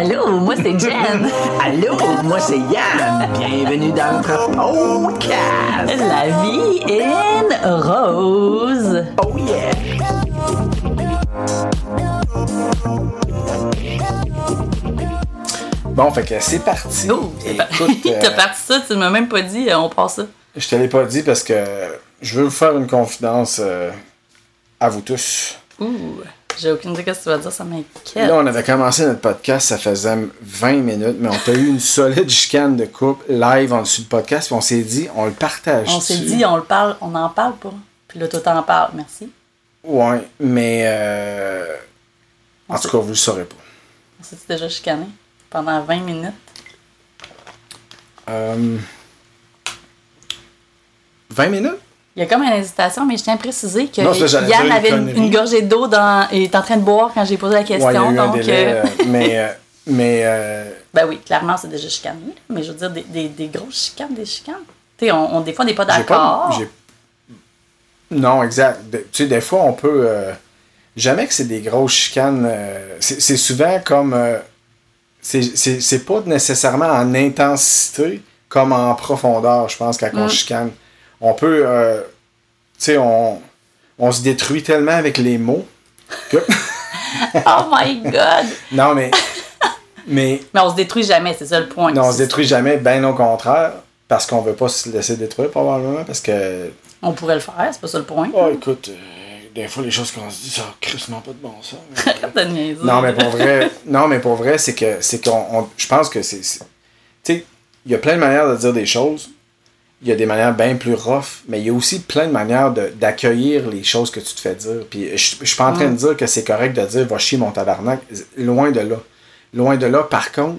Allô, moi c'est Jen. Allô, moi c'est Yann. Bienvenue dans notre podcast. La vie in rose. Oh yeah. Bon, fait que c'est parti. Oh, t'as parti ça, tu m'as même pas dit, on passe ça. Je te l'ai pas dit parce que je veux vous faire une confidence à vous tous. Ouh, j'ai aucune idée de ce que tu vas dire, ça m'inquiète. Là, on avait commencé notre podcast, ça faisait 20 minutes, mais on t'a eu une solide chicane de couple live en dessous du podcast, puis on s'est dit, on le partage. On s'est dit, on n'en parle pas. Puis là, toi, t'en parles, merci. Ouais, mais en tout cas, vous le saurez pas. On s'est déjà chicané pendant 20 minutes. 20 minutes? Il y a comme une hésitation, mais je tiens à préciser que Non, ça, Yann avait une gorgée d'eau et est en train de boire quand j'ai posé la question. Ouais, il y a eu donc, un délai, mais ben oui, clairement, c'est déjà chicané. Mais je veux dire, des grosses chicanes, des chicanes. Tu sais, des fois, on n'est pas d'accord. Non, exact. Tu sais, des fois, on peut... jamais que c'est des grosses chicanes. C'est souvent comme... c'est pas nécessairement en intensité comme en profondeur, je pense, quand on chicane. On peut... tu sais, on se détruit tellement avec les mots que... Oh my God! Non, mais on se détruit jamais, c'est ça le point. Non, on se détruit jamais, bien au contraire, parce qu'on veut pas se laisser détruire, probablement, parce que... On pourrait le faire, c'est pas ça le point. Oh, écoute, des fois, les choses qu'on se dit, ça n'a crissement pas de bon sens. Arrête de niaiser. Non, mais pour vrai, c'est qu'on... Je pense que c'est... Tu sais, il y a plein de manières de dire des choses. Il y a des manières bien plus rough, mais il y a aussi plein de manières d'accueillir les choses que tu te fais dire. Puis je suis pas en train de dire que c'est correct de dire « va chier mon tabarnak ». Loin de là. Loin de là. Par contre,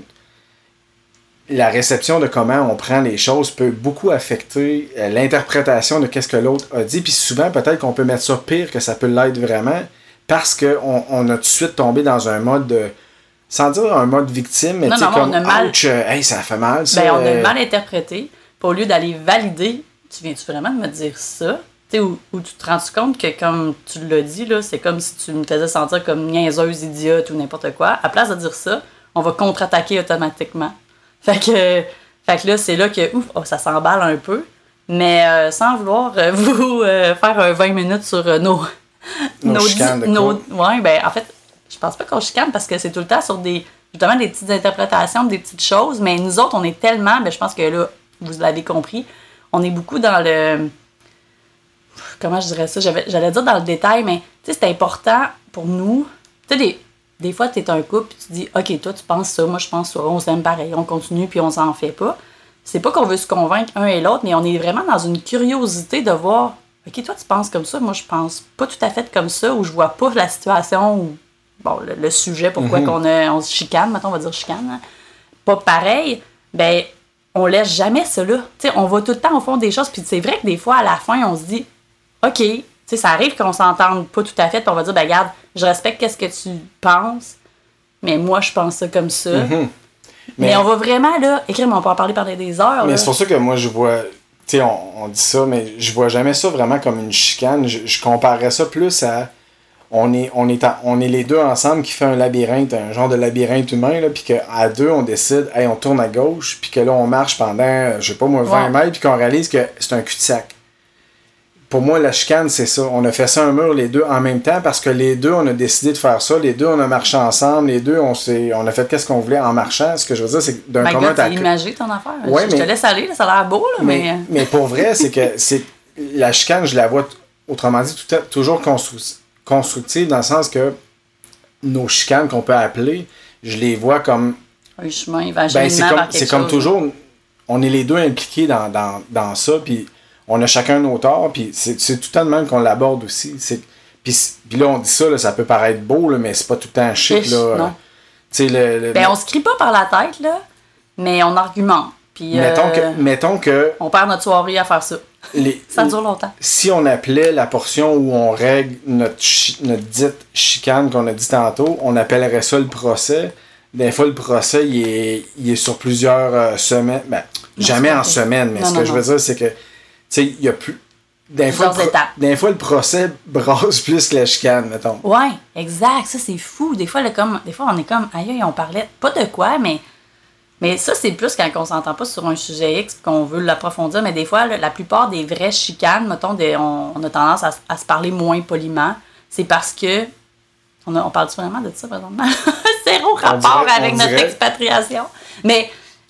la réception de comment on prend les choses peut beaucoup affecter l'interprétation de qu'est-ce que l'autre a dit. Puis souvent, peut-être qu'on peut mettre ça pire que ça peut l'être vraiment parce qu'on a tout de suite tombé dans un mode de... Sans dire un mode victime, mais tu sais comme « ouch, hey, ça fait mal, ça. » Ben, on a mal interprété. Puis au lieu d'aller valider, tu viens-tu vraiment de me dire ça? Tu sais, où tu te rends compte que, comme tu l'as dit, là, c'est comme si tu me faisais sentir comme niaiseuse, idiote ou n'importe quoi. À place de dire ça, on va contre-attaquer automatiquement. Fait que là, c'est là que, ça s'emballe un peu. Mais sans vouloir vous faire un 20 minutes sur nos chicanes de couple. Ouais, ben en fait, je pense pas qu'on chicane parce que c'est tout le temps sur justement des petites interprétations, des petites choses. Mais nous autres, on est tellement, ben je pense que là, vous l'avez compris, on est beaucoup dans le... Comment je dirais ça? J'allais dire dans le détail, mais tu sais, c'est important pour nous. Tu sais, des fois, tu es un couple, puis tu dis, OK, toi, tu penses ça, moi, je pense ça, on s'aime pareil, on continue, puis on s'en fait pas. C'est pas qu'on veut se convaincre un et l'autre, mais on est vraiment dans une curiosité de voir, OK, toi, tu penses comme ça, moi, je pense pas tout à fait comme ça, ou je vois pas la situation, ou bon, le sujet, pourquoi on se chicane, mettons, on va dire chicane, hein, pas pareil, ben on laisse jamais ça là. Tu sais, on va tout le temps au fond des choses, puis c'est vrai que des fois, à la fin, on se dit, OK, tu sais, ça arrive qu'on s'entende pas tout à fait, puis on va dire, ben regarde, je respecte qu'est-ce que tu penses, mais moi, je pense ça comme ça. Mais on va vraiment, là, écrire, mais on peut en parler pendant des heures. Mais là. c'est pour ça que moi, je vois, tu sais, on dit ça, mais je vois jamais ça vraiment comme une chicane. Je comparerais ça plus à, on est les deux ensemble qui fait un labyrinthe, un genre de labyrinthe humain, là, puis qu'à deux, on décide, hey, on tourne à gauche, puis que là, on marche pendant, je sais pas moi, 20 mètres, puis qu'on réalise que c'est un cul-de-sac. Pour moi, la chicane, c'est ça. On a fait ça un mur les deux en même temps parce que les deux, on a décidé de faire ça. Les deux, on a marché ensemble. Les deux, on a fait qu'est-ce qu'on voulait en marchant. Ce que je veux dire, c'est que d'un commun t'as imagé ton affaire. Ouais, je te laisse aller, là, ça a l'air beau, là, mais... Mais pour vrai, c'est que la chicane, je la vois, autrement dit, toujours constructive dans le sens que nos chicanes qu'on peut appeler, je les vois comme... Un chemin éventuellement c'est comme toujours, on est les deux impliqués dans ça, puis on a chacun nos torts, puis c'est tout le temps de même qu'on l'aborde aussi. Puis là, on dit ça, là, ça peut paraître beau, là, mais c'est pas tout le temps chic. Là, non. Ben, on se crie pas par la tête, là, mais on argumente. Puis, mettons que... On perd notre soirée à faire ça. Ça dure longtemps. Si on appelait la portion où on règle notre dite chicane qu'on a dit tantôt, on appellerait ça le procès. Des fois, le procès, il est sur plusieurs semaines. Ben, jamais en semaine, mais ce que je veux dire, c'est que, tu sais, il y a plus... plusieurs étapes. Des fois, le procès brasse plus que la chicane, mettons. Ouais, exact. Ça, c'est fou. Des fois, on est comme, aïe, on parlait pas de quoi, mais ça, c'est plus quand on s'entend pas sur un sujet X qu'on veut l'approfondir. Mais des fois, la plupart des vraies chicanes, mettons, on a tendance à se parler moins poliment. C'est parce que. On parle-tu vraiment de ça, présentement? Zéro rapport avec notre expatriation. Mais.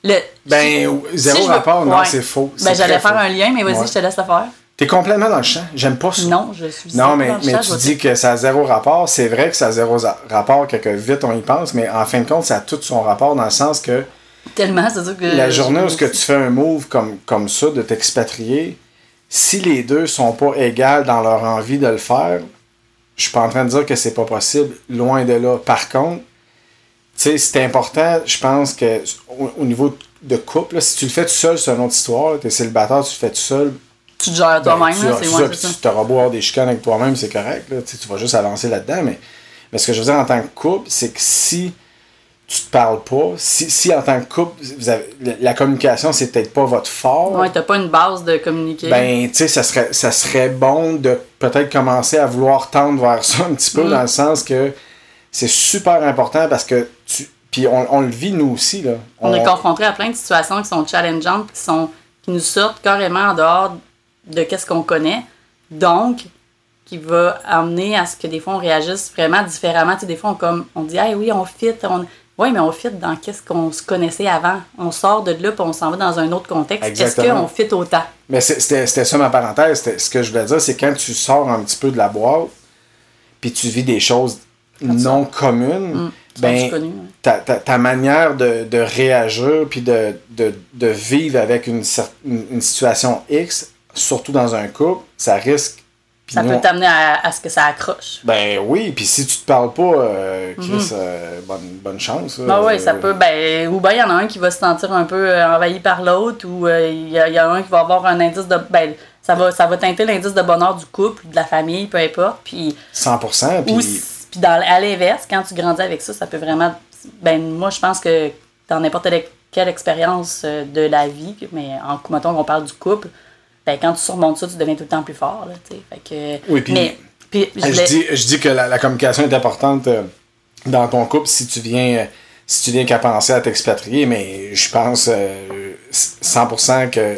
Zéro rapport, non, c'est faux. J'allais faire un lien, mais vas-y, je te laisse le faire. T'es complètement dans le champ. J'aime pas ça. Non, je suis non, mais tu dis que ça a zéro rapport. C'est vrai que ça a zéro rapport, que vite on y pense, mais en fin de compte, ça a tout son rapport dans le sens que. Tellement, c'est sûr que. La journée où tu fais un move comme ça, de t'expatrier, si les deux sont pas égales dans leur envie de le faire, je suis pas en train de dire que c'est pas possible. Loin de là. Par contre, tu sais, c'est important, je pense que au niveau de couple, là, si tu le fais tout seul, c'est une autre histoire. Tu es célibataire, tu le fais tout seul. Tu te gères toi-même, c'est ça. Tu t'auras beau avoir des chicanes avec toi-même, c'est correct. Là, tu vas juste avancer là-dedans. Mais ce que je veux dire en tant que couple, c'est que si tu te parles pas, si en tant que couple, la communication, c'est peut-être pas votre fort. Ouais, t'as pas une base de communiquer. Ben, tu sais, ça serait bon de peut-être commencer à vouloir tendre vers ça un petit peu, dans le sens que c'est super important parce que puis on le vit nous aussi, là. On est confrontés à plein de situations qui sont challengeantes, qui nous sortent carrément en dehors de qu'est-ce qu'on connaît. Donc, qui va amener à ce que des fois on réagisse vraiment différemment. Tu sais, des fois on dit hey, oui, on fit, oui, mais on fit dans qu'est-ce qu'on se connaissait avant. On sort de là puis on s'en va dans un autre contexte. Exactement. Est-ce qu'on fit autant? Mais c'était ça ma parenthèse. Ce que je voulais dire, c'est quand tu sors un petit peu de la boîte puis tu vis des choses non communes, ta manière de réagir puis de vivre avec une situation X, surtout dans un couple, ça risque. Ça peut t'amener à ce que ça accroche. Ben oui, puis si tu te parles pas, Chris, bonne chance. Oui, ça peut. Ou bien il y en a un qui va se sentir un peu envahi par l'autre, ou il y a un qui va avoir un indice de. Ça va teinter l'indice de bonheur du couple, de la famille, peu importe. Puis 100%. Puis à l'inverse, quand tu grandis avec ça, ça peut vraiment. Moi, je pense que dans n'importe quelle expérience de la vie, mais mettons qu'on parle du couple, quand tu surmontes ça, tu deviens tout le temps plus fort. Là, fait que, oui, je dis que la communication est importante dans ton couple si tu viens qu'à penser à t'expatrier, mais je pense 100% que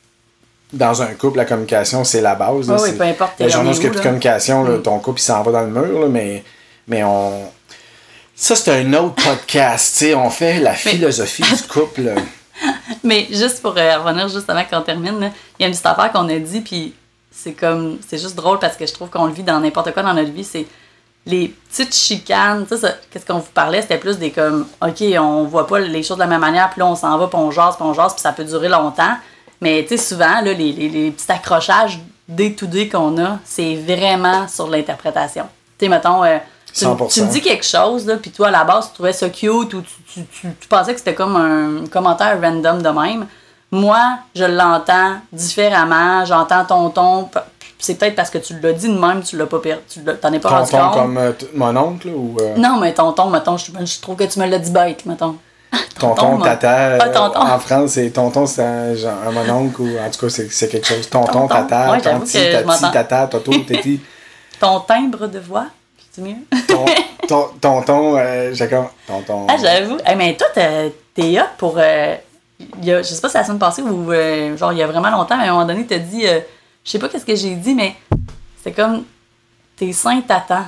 dans un couple, la communication, c'est la base. Là, oui, peu importe. La journée où il n'y a plus de communication, là, ton couple il s'en va dans le mur, là, mais on. Ça, c'est un autre podcast. On fait la philosophie du couple. Mais juste pour revenir juste avant qu'on termine, il y a une petite affaire qu'on a dit, puis c'est juste drôle parce que je trouve qu'on le vit dans n'importe quoi dans notre vie, c'est les petites chicanes. Tu sais, qu'est-ce qu'on vous parlait, c'était plus des comme, OK, on voit pas les choses de la même manière, puis là, on s'en va, puis on jase, puis ça peut durer longtemps. Mais tu sais, souvent, là, les petits accrochages day-to-day qu'on a, c'est vraiment sur l'interprétation. Tu sais, mettons, tu me dis quelque chose, là, puis toi, à la base, tu trouvais ça cute ou tu pensais que c'était comme un commentaire random de même. Moi, je l'entends différemment, j'entends ton ton. C'est peut-être parce que tu l'as dit de même, tu l'as pas t'en es pas rendu compte. Tonton comme mon oncle ou Non, mais tonton, mettons, je trouve que tu me l'as dit bête, mettons. Tonton, tata. Tonton. En France, c'est tonton, c'est un mononcle ou en tout cas, c'est quelque chose. Tonton, tata, ouais, tonti, tati, tata, toto, téti. Ton timbre de voix, c'est mieux. Tonton, Jacob. Tonton. Ah, j'avoue. Hey, mais toi, t'es hot pour. Je sais pas si c'est la semaine passée ou genre il y a vraiment longtemps, mais à un moment donné, t'as dit. Je sais pas qu'est-ce que j'ai dit, mais c'est comme. Tes seins t'attendent.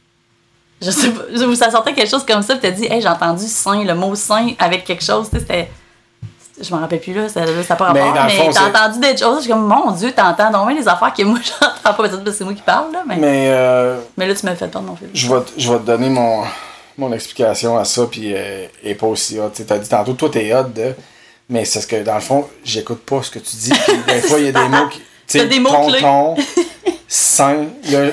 Je sais pas. Ça sortait quelque chose comme ça, puis t'as dit, hey, j'ai entendu sein, le mot sein avec quelque chose. Tu sais, c'était. Je me rappelle plus là, ça n'a pas rapport, mais t'as entendu des choses. Je suis comme, mon Dieu, t'entends donc bien les affaires que moi j'entends pas. Peut-être que c'est moi qui parle, là. Mais là, tu m'as fait perdre mon fil. Je vais te donner mon explication à ça, puis et pas aussi hot. T'as dit tantôt, toi, t'es hot mais c'est ce que, dans le fond, j'écoute pas ce que tu dis. Puis des fois, il y a des mots qui. T'as des mots tonton, sein. Là,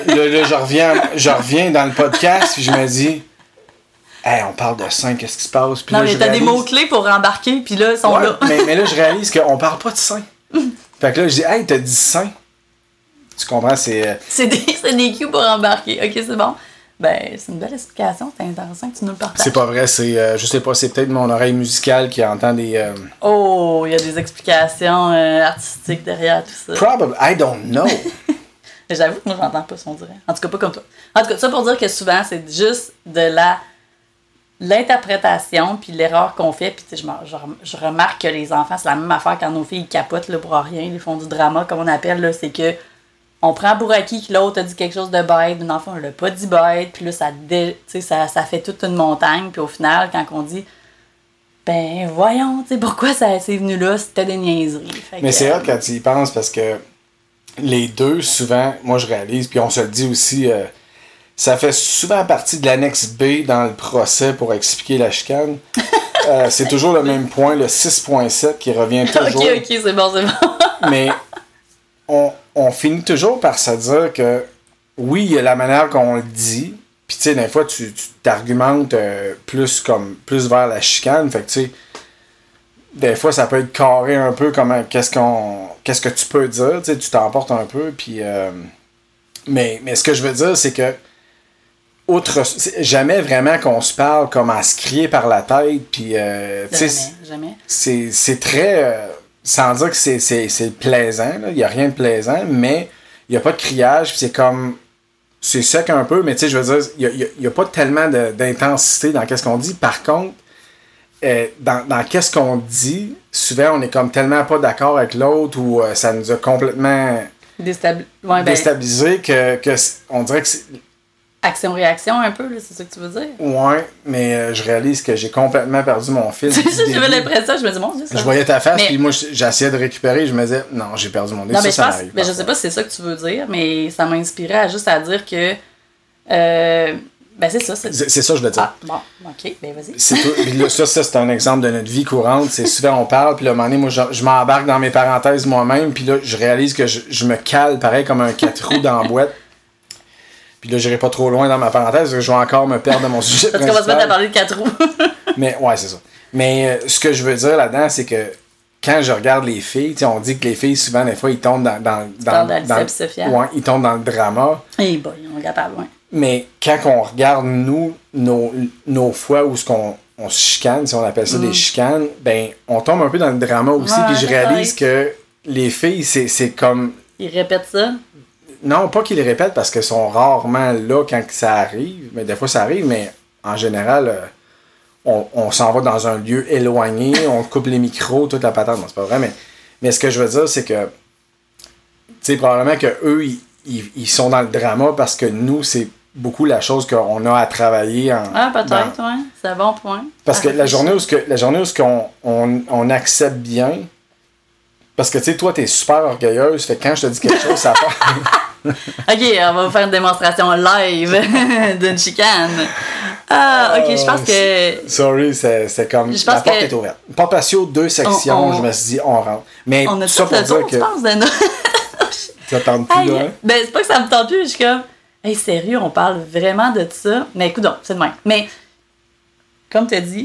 je reviens dans le podcast, puis je me dis. Hey, on parle de sein, qu'est-ce qui se passe? Puis non, là, mais t'as des mots-clés pour embarquer, puis là, ils sont là. mais là, je réalise qu'on parle pas de sein. Fait que là, je dis, hey, t'as dit sein. Tu comprends? C'est des cues pour embarquer. OK, c'est bon. Ben, c'est une belle explication. C'est intéressant que tu nous le partages. C'est pas vrai, c'est, je sais pas, c'est peut-être mon oreille musicale qui entend des... Oh, il y a des explications artistiques derrière tout ça. Probably, I don't know. J'avoue que moi, j'entends pas son dirait. En tout cas, pas comme toi. En tout cas, ça pour dire que souvent, c'est juste de l'interprétation puis l'erreur qu'on fait. Puis, tu sais, je remarque que les enfants, c'est la même affaire quand nos filles capotent là, pour rien. Ils font du drama, comme on appelle. Là, c'est que on prend pour acquis que l'autre a dit quelque chose de bête. Un enfant, on l'a pas dit bête. Puis là, ça fait toute une montagne. Puis au final, quand on dit, ben voyons, tu sais, pourquoi c'est venu là, c'était des niaiseries. Mais c'est vrai quand tu y penses parce que les deux, souvent, moi je réalise, puis on se le dit aussi, ça fait souvent partie de l'annexe B dans le procès pour expliquer la chicane. C'est toujours le même point, le 6.7 qui revient toujours. Ok, c'est bon. Mais on finit toujours par se dire que oui, il y a la manière qu'on le dit, puis tu sais, des fois, tu t'argumentes plus vers la chicane, fait que tu sais, des fois, ça peut être carré un peu comme qu'est-ce que tu peux dire, tu sais, tu t'emportes un peu, puis... mais ce que je veux dire, c'est que jamais vraiment qu'on se parle comme à se crier par la tête, puis... Jamais. C'est très... sans dire que c'est plaisant, il n'y a rien de plaisant, mais il n'y a pas de criage, puis c'est comme... C'est sec un peu, mais tu sais, je veux dire, il n'y a pas tellement d'intensité dans qu'est-ce qu'on dit. Par contre, dans qu'est-ce qu'on dit, souvent on est comme tellement pas d'accord avec l'autre ou ça nous a complètement déstabilisé que on dirait que c'est... Action-réaction un peu, là, c'est ça que tu veux dire? Ouais, mais je réalise que j'ai complètement perdu mon fil. J'avais l'impression, je me dis, mon Dieu, ça... Je voyais ta face, puis moi j'essayais de récupérer, je me disais, non, j'ai perdu mon nez. Non, mais je sais pas si c'est ça que tu veux dire, mais ça m'a inspiré à dire que... ben c'est ça. C'est ça, je veux dire. Ah, bon, ok, ben vas-y. Ça, c'est un exemple de notre vie courante. C'est souvent on parle, puis là, à un moment donné, moi, je m'embarque dans mes parenthèses moi-même, puis là, je réalise que je me cale pareil comme un 4 roues dans la boîte. Puis là, j'irai pas trop loin dans ma parenthèse, je vais encore me perdre dans mon sujet Parce qu'on va se mettre à parler de 4 roues. Mais ouais, c'est ça. Mais ce que je veux dire là-dedans, c'est que quand je regarde les filles, on dit que les filles, souvent, des fois, ils tombent ils tombent dans le drama. Eh boy, on est capable, ouais. Mais quand on regarde, nous, nos fois où on se chicane, si on appelle ça des chicanes, ben, on tombe un peu dans le drama aussi. Puis je réalise que les filles, c'est comme... Ils répètent ça? Non, pas qu'ils le répètent parce qu'ils sont rarement là quand ça arrive. Mais des fois, ça arrive, mais en général, on s'en va dans un lieu éloigné, on coupe les micros, toute la patente. Non, c'est pas vrai, mais ce que je veux dire, c'est que, tu sais, probablement qu'eux, ils sont dans le drama parce que nous, c'est beaucoup la chose qu'on a à travailler en... Ah, peut-être, oui. C'est un bon point. Parce que la journée où on accepte bien... Parce que, tu sais, toi, t'es super orgueilleuse, fait que quand je te dis quelque chose, ça fait... OK, on va faire une démonstration live d'une chicane. Ah, OK, je pense que... Sorry, c'est comme... La porte est ouverte. Porte patio, 2 sections, je me suis dit, on rentre. Mais on a ça tout le tour, tu penses, de Ça tente plus, là? Ben, c'est pas que ça me tente plus, je suis comme... Hey, sérieux, on parle vraiment de ça? Mais écoute donc, c'est de même. Mais, comme tu as dit,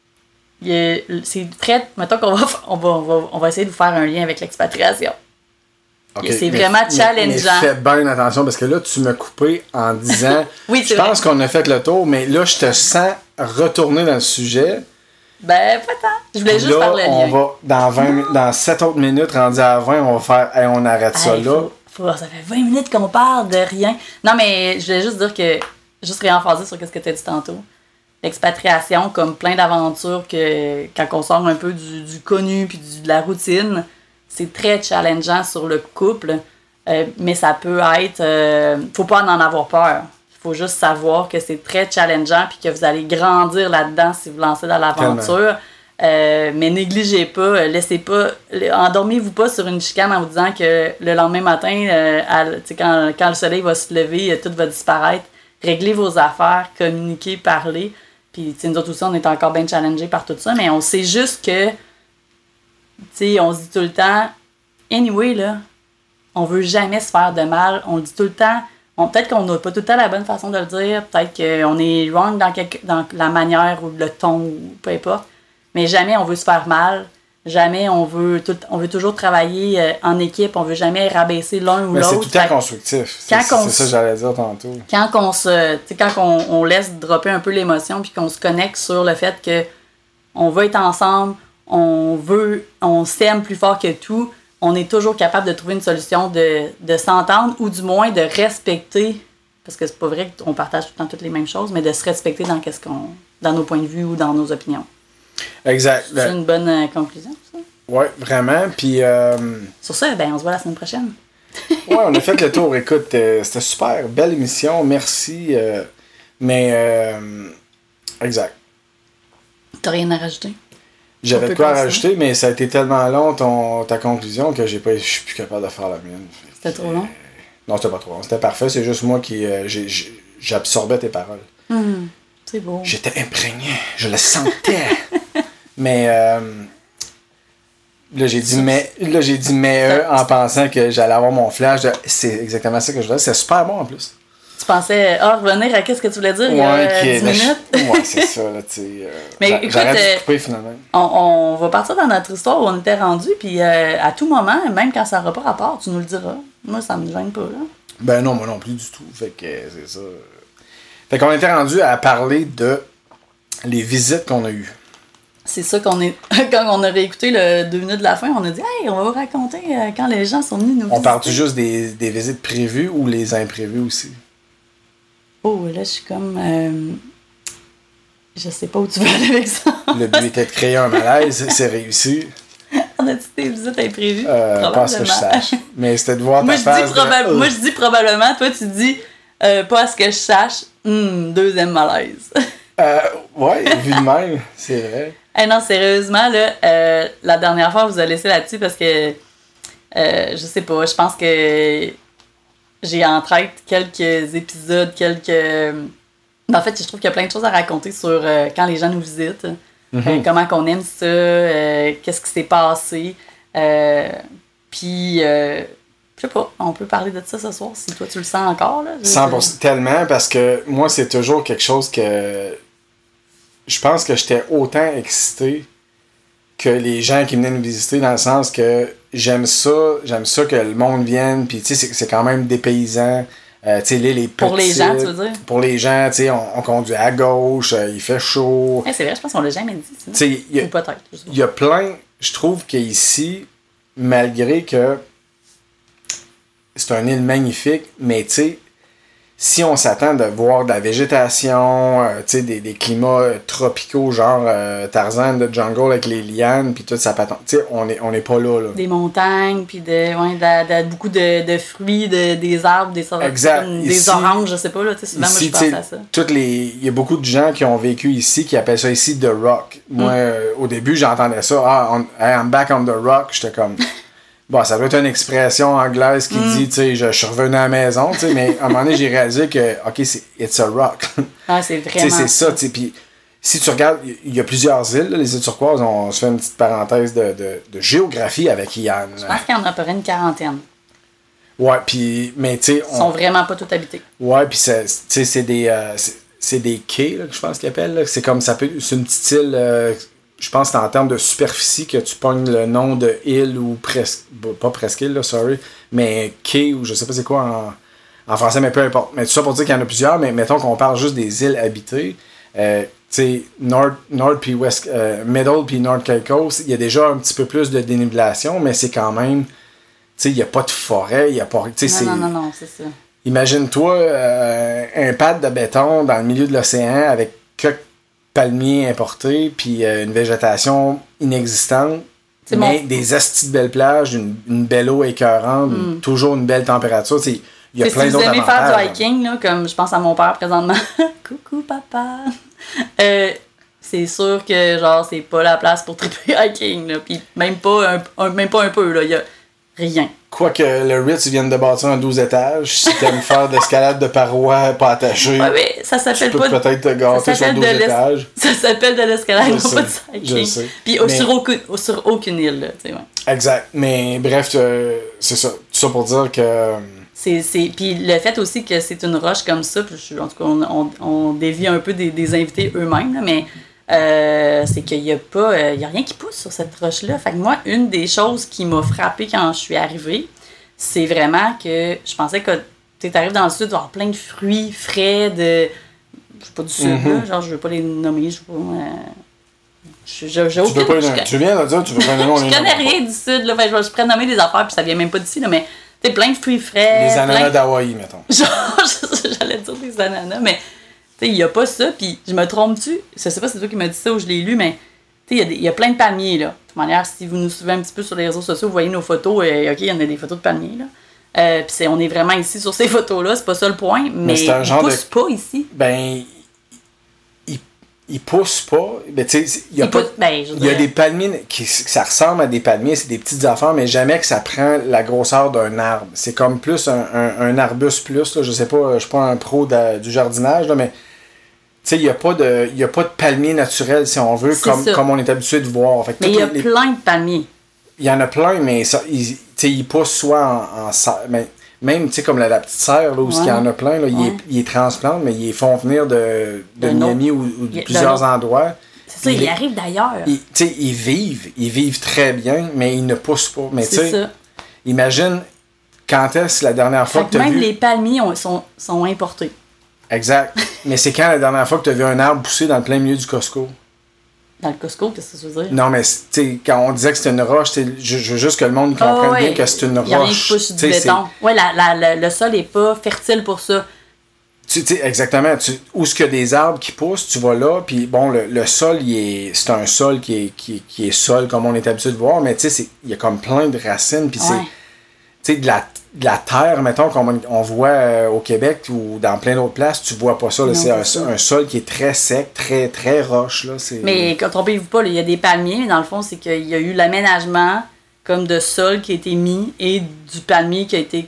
c'est très... Mettons qu'on va essayer de vous faire un lien avec l'expatriation. Okay, c'est vraiment challengeant. Mais fais bien attention parce que là, tu m'as coupé en disant... Oui, je pense qu'on a fait le tour, mais là, je te sens retourner dans le sujet. Ben, pas tant. Je voulais juste faire le lien. On va, dans 7 autres minutes, rendu à 20, on va faire... Hey, on arrête ça là. Ça fait 20 minutes qu'on parle de rien. Non, mais je voulais juste dire que... Juste réemphaser sur ce que tu as dit tantôt. L'expatriation, comme plein d'aventures que quand on sort un peu du connu puis de la routine... C'est très challengeant sur le couple, mais ça peut être... faut pas en avoir peur. Il faut juste savoir que c'est très challengeant puis que vous allez grandir là-dedans si vous lancez dans l'aventure. Mais négligez pas, laissez pas... Endormez-vous pas sur une chicane en vous disant que le lendemain matin, quand le soleil va se lever, tout va disparaître. Réglez vos affaires, communiquez, parlez. Puis nous autres aussi, on est encore bien challengés par tout ça, mais on sait juste que... T'sais, on se dit tout le temps, anyway, là, on veut jamais se faire de mal. On le dit tout le temps. Peut-être qu'on n'a pas tout le temps la bonne façon de le dire. Peut-être qu'on est wrong dans la manière ou le ton, ou peu importe. Mais jamais on veut se faire mal. Jamais on veut toujours travailler en équipe, on veut jamais rabaisser l'un ou mais l'autre. C'est tout le temps constructif. C'est ça que j'allais dire tantôt. Quand on laisse dropper un peu l'émotion puis qu'on se connecte sur le fait que on veut être ensemble, on s'aime plus fort que tout, on est toujours capable de trouver une solution de s'entendre ou du moins de respecter, parce que c'est pas vrai qu'on partage tout le temps toutes les mêmes choses, mais de se respecter dans nos points de vue ou dans nos opinions. Exact. C'est une bonne conclusion, ça? Oui, vraiment. Puis, sur ça, on se voit la semaine prochaine. Oui, on a fait le tour. Écoute, c'était super. Belle émission. Merci. Exact. T'as rien à rajouter? J'avais de quoi rajouter, mais ça a été tellement long ta conclusion que je suis plus capable de faire la mienne. C'était trop long? Non, c'était pas trop long. C'était parfait. C'est juste moi qui j'absorbais tes paroles. C'est beau. J'étais imprégné. Je le sentais. Mais là, j'ai dit en pensant que j'allais avoir mon flash. C'est exactement ça que je voulais. C'est super bon en plus. Tu pensais revenir à qu'est-ce que tu voulais dire il y a 10 minutes? Ouais, c'est ça. Là, mais écoute, j'arrête de couper finalement. On va partir dans notre histoire où on était rendu, puis à tout moment, même quand ça n'aura pas rapport, tu nous le diras. Moi, ça me gêne pas. Là. Ben non, moi non plus du tout. Fait que c'est ça. Fait qu'on était rendu à parler de les visites qu'on a eues. C'est ça qu'on est. Quand on a réécouté le 2 minutes de la fin, on a dit hey, on va vous raconter quand les gens sont venus nous visiter. On parle-tu juste des visites prévues ou les imprévues aussi? Oh, là, je suis comme. Je sais pas où tu veux aller avec ça. Le but était de créer un malaise, c'est réussi. On a-tu des visites imprévues? Pas à ce que je sache. Mais c'était de voir ta face. Moi, je dis probablement. Toi, tu dis pas à ce que je sache. Deuxième malaise. Ouais, vu de même, c'est vrai. Non, sérieusement, là, la dernière fois, on vous a laissé là-dessus parce que je sais pas, je pense que j'ai en tête quelques épisodes, en fait, je trouve qu'il y a plein de choses à raconter sur quand les gens nous visitent, comment qu'on aime ça, qu'est-ce qui s'est passé. Puis, je sais pas, on peut parler de ça ce soir si toi tu le sens encore. Là, 100%, tellement, parce que moi, c'est toujours quelque chose que je pense que j'étais autant excité que les gens qui venaient nous visiter, dans le sens que j'aime ça que le monde vienne, puis tu sais, c'est quand même dépaysant. Tu sais, les petites, pour les gens, tu veux dire? Pour les gens, tu sais, on conduit à gauche, il fait chaud. C'est vrai, je pense qu'on l'a jamais dit. Tu sais, ou peut-être. Il y a plein, je trouve qu'ici, malgré que c'est une île magnifique, mais tu sais, si on s'attend de voir de la végétation, tu sais, des climats tropicaux, genre Tarzan de Jungle avec les lianes, puis tout ça patente, tu sais, on est pas là. Des montagnes, puis beaucoup de fruits, des arbres, des oranges, je sais pas, là, tu sais, souvent, moi, je pense à ça. Il y a beaucoup de gens qui ont vécu ici, qui appellent ça ici The Rock. Moi, au début, j'entendais ça, I'm back on the rock, j'étais comme... Bon, ça doit être une expression anglaise qui dit, tu sais, je suis revenu à la maison, tu sais, mais à un moment donné, j'ai réalisé que, OK, it's a rock. Ah, c'est vraiment. C'est ça, tu sais, puis si tu regardes, il y a plusieurs îles, là, les îles turquoises, on se fait une petite parenthèse de géographie avec Ian. Je pense qu'il y en a à peu près une quarantaine. Ouais, puis, mais tu sais. Ils sont vraiment pas tous habités. Ouais, puis tu sais, c'est des quais, là, que je pense qu'ils appellent, là. C'est comme, c'est une petite île. Je pense que c'est en termes de superficie que tu pognes le nom de île ou presque. Pas presqu'île, là, sorry. Mais quai ou je sais pas c'est quoi en français, mais peu importe. Mais tout ça pour dire qu'il y en a plusieurs, mais mettons qu'on parle juste des îles habitées. Tu sais, Nord puis West. Middle puis North Caicos, il y a déjà un petit peu plus de dénivellation, mais c'est quand même. Tu sais, il n'y a pas de forêt, il n'y a pas. Non, c'est ça. Imagine-toi un pad de béton dans le milieu de l'océan avec quelques palmiers importés, puis une végétation inexistante, des astis de belles plages, une belle eau écœurante, toujours une belle température. Il y a plein d'autres avantages. Si vous aimez faire du hiking, là, comme je pense à mon père présentement, coucou papa, c'est sûr que genre c'est pas la place pour triper hiking, là, puis même pas un peu, là, il y a rien. Quoique le Ritz vienne de bâtir un 12 étages, si t'aimes faire d'escalade de parois pas attachées, ouais, mais ça s'appelle pas peut-être te gâter sur 12 étages. Ça s'appelle de l'escalade, non pas du hiking. Je sais. Puis sur aucune île, là, tu sais, ouais. Exact. Mais bref, c'est ça. Tout ça pour dire que... Puis le fait aussi que c'est une roche comme ça, puis en tout cas, on dévie un peu des invités eux-mêmes, là, mais c'est qu'il y a pas, il y a rien qui pousse sur cette roche-là. Fait que moi, une des choses qui m'a frappée quand je suis arrivée, c'est vraiment que je pensais que tu arrives dans le sud, tu vas avoir plein de fruits frais, je sais pas du sud, là, genre je veux pas les nommer, je veux pas... j'ai aucune... Tu viens de dire, tu veux pas les nommer. Je connais rien du sud, là, fait, je pourrais nommer des affaires, puis ça vient même pas d'ici, là, mais tu sais, plein de fruits frais. Les ananas d'Hawaï, mettons. Genre, j'allais dire des ananas, mais tu sais, il y a pas ça, puis je me trompe-tu? Je sais pas si c'est toi qui m'as dit ça ou je l'ai lu, mais tu sais, il y a plein de palmiers, là. De toute manière, si vous nous suivez un petit peu sur les réseaux sociaux, vous voyez nos photos, OK, il y en a des photos de palmiers, là. Puis on est vraiment ici sur ces photos-là, c'est pas ça le point, mais ils poussent pas ici. Ben, ils poussent pas. Ben, tu sais, il y a des palmiers ça ressemble à des palmiers, c'est des petites affaires, mais jamais que ça prend la grosseur d'un arbre. C'est comme plus un arbuste plus, là, je sais pas, je suis pas un pro du jardinage, là, mais tu sais, il y a pas de palmier naturel, si on veut, comme on est habitué de voir. Fait que mais il y a plein de palmiers. Il y en a plein, mais ils poussent soit en même, tu sais, comme la petite serre, là, où il y en a plein, là, ils transplantent, mais ils les font venir de Miami ou de plusieurs endroits. C'est ça, ils arrivent d'ailleurs. Tu sais, ils vivent très bien, mais ils ne poussent pas. Mais tu sais, imagine, quand est-ce la dernière fois que tu as vu... Même les palmiers sont importés. Exact. Mais c'est quand la dernière fois que tu as vu un arbre pousser dans le plein milieu du Costco? Dans le Costco, qu'est-ce que ça veut dire? Non, mais quand on disait que c'était une roche, je veux juste que le monde comprenne bien que c'est une roche. Il y a rien qui pousse du béton. Oui, le sol n'est pas fertile pour ça. Exactement. Où est-ce qu'il y a des arbres qui poussent, tu vas là, puis bon, le sol, c'est un sol qui est sol, comme on est habitué de voir, mais tu sais, il y a comme plein de racines, puis c'est de la terre, mettons, comme on voit au Québec ou dans plein d'autres places, tu vois pas ça. Là, c'est un sol qui est très sec, très, très roche. Là, mais trompez-vous pas, il y a des palmiers, mais dans le fond, c'est qu'il y a eu l'aménagement comme de sol qui a été mis et du palmier qui a été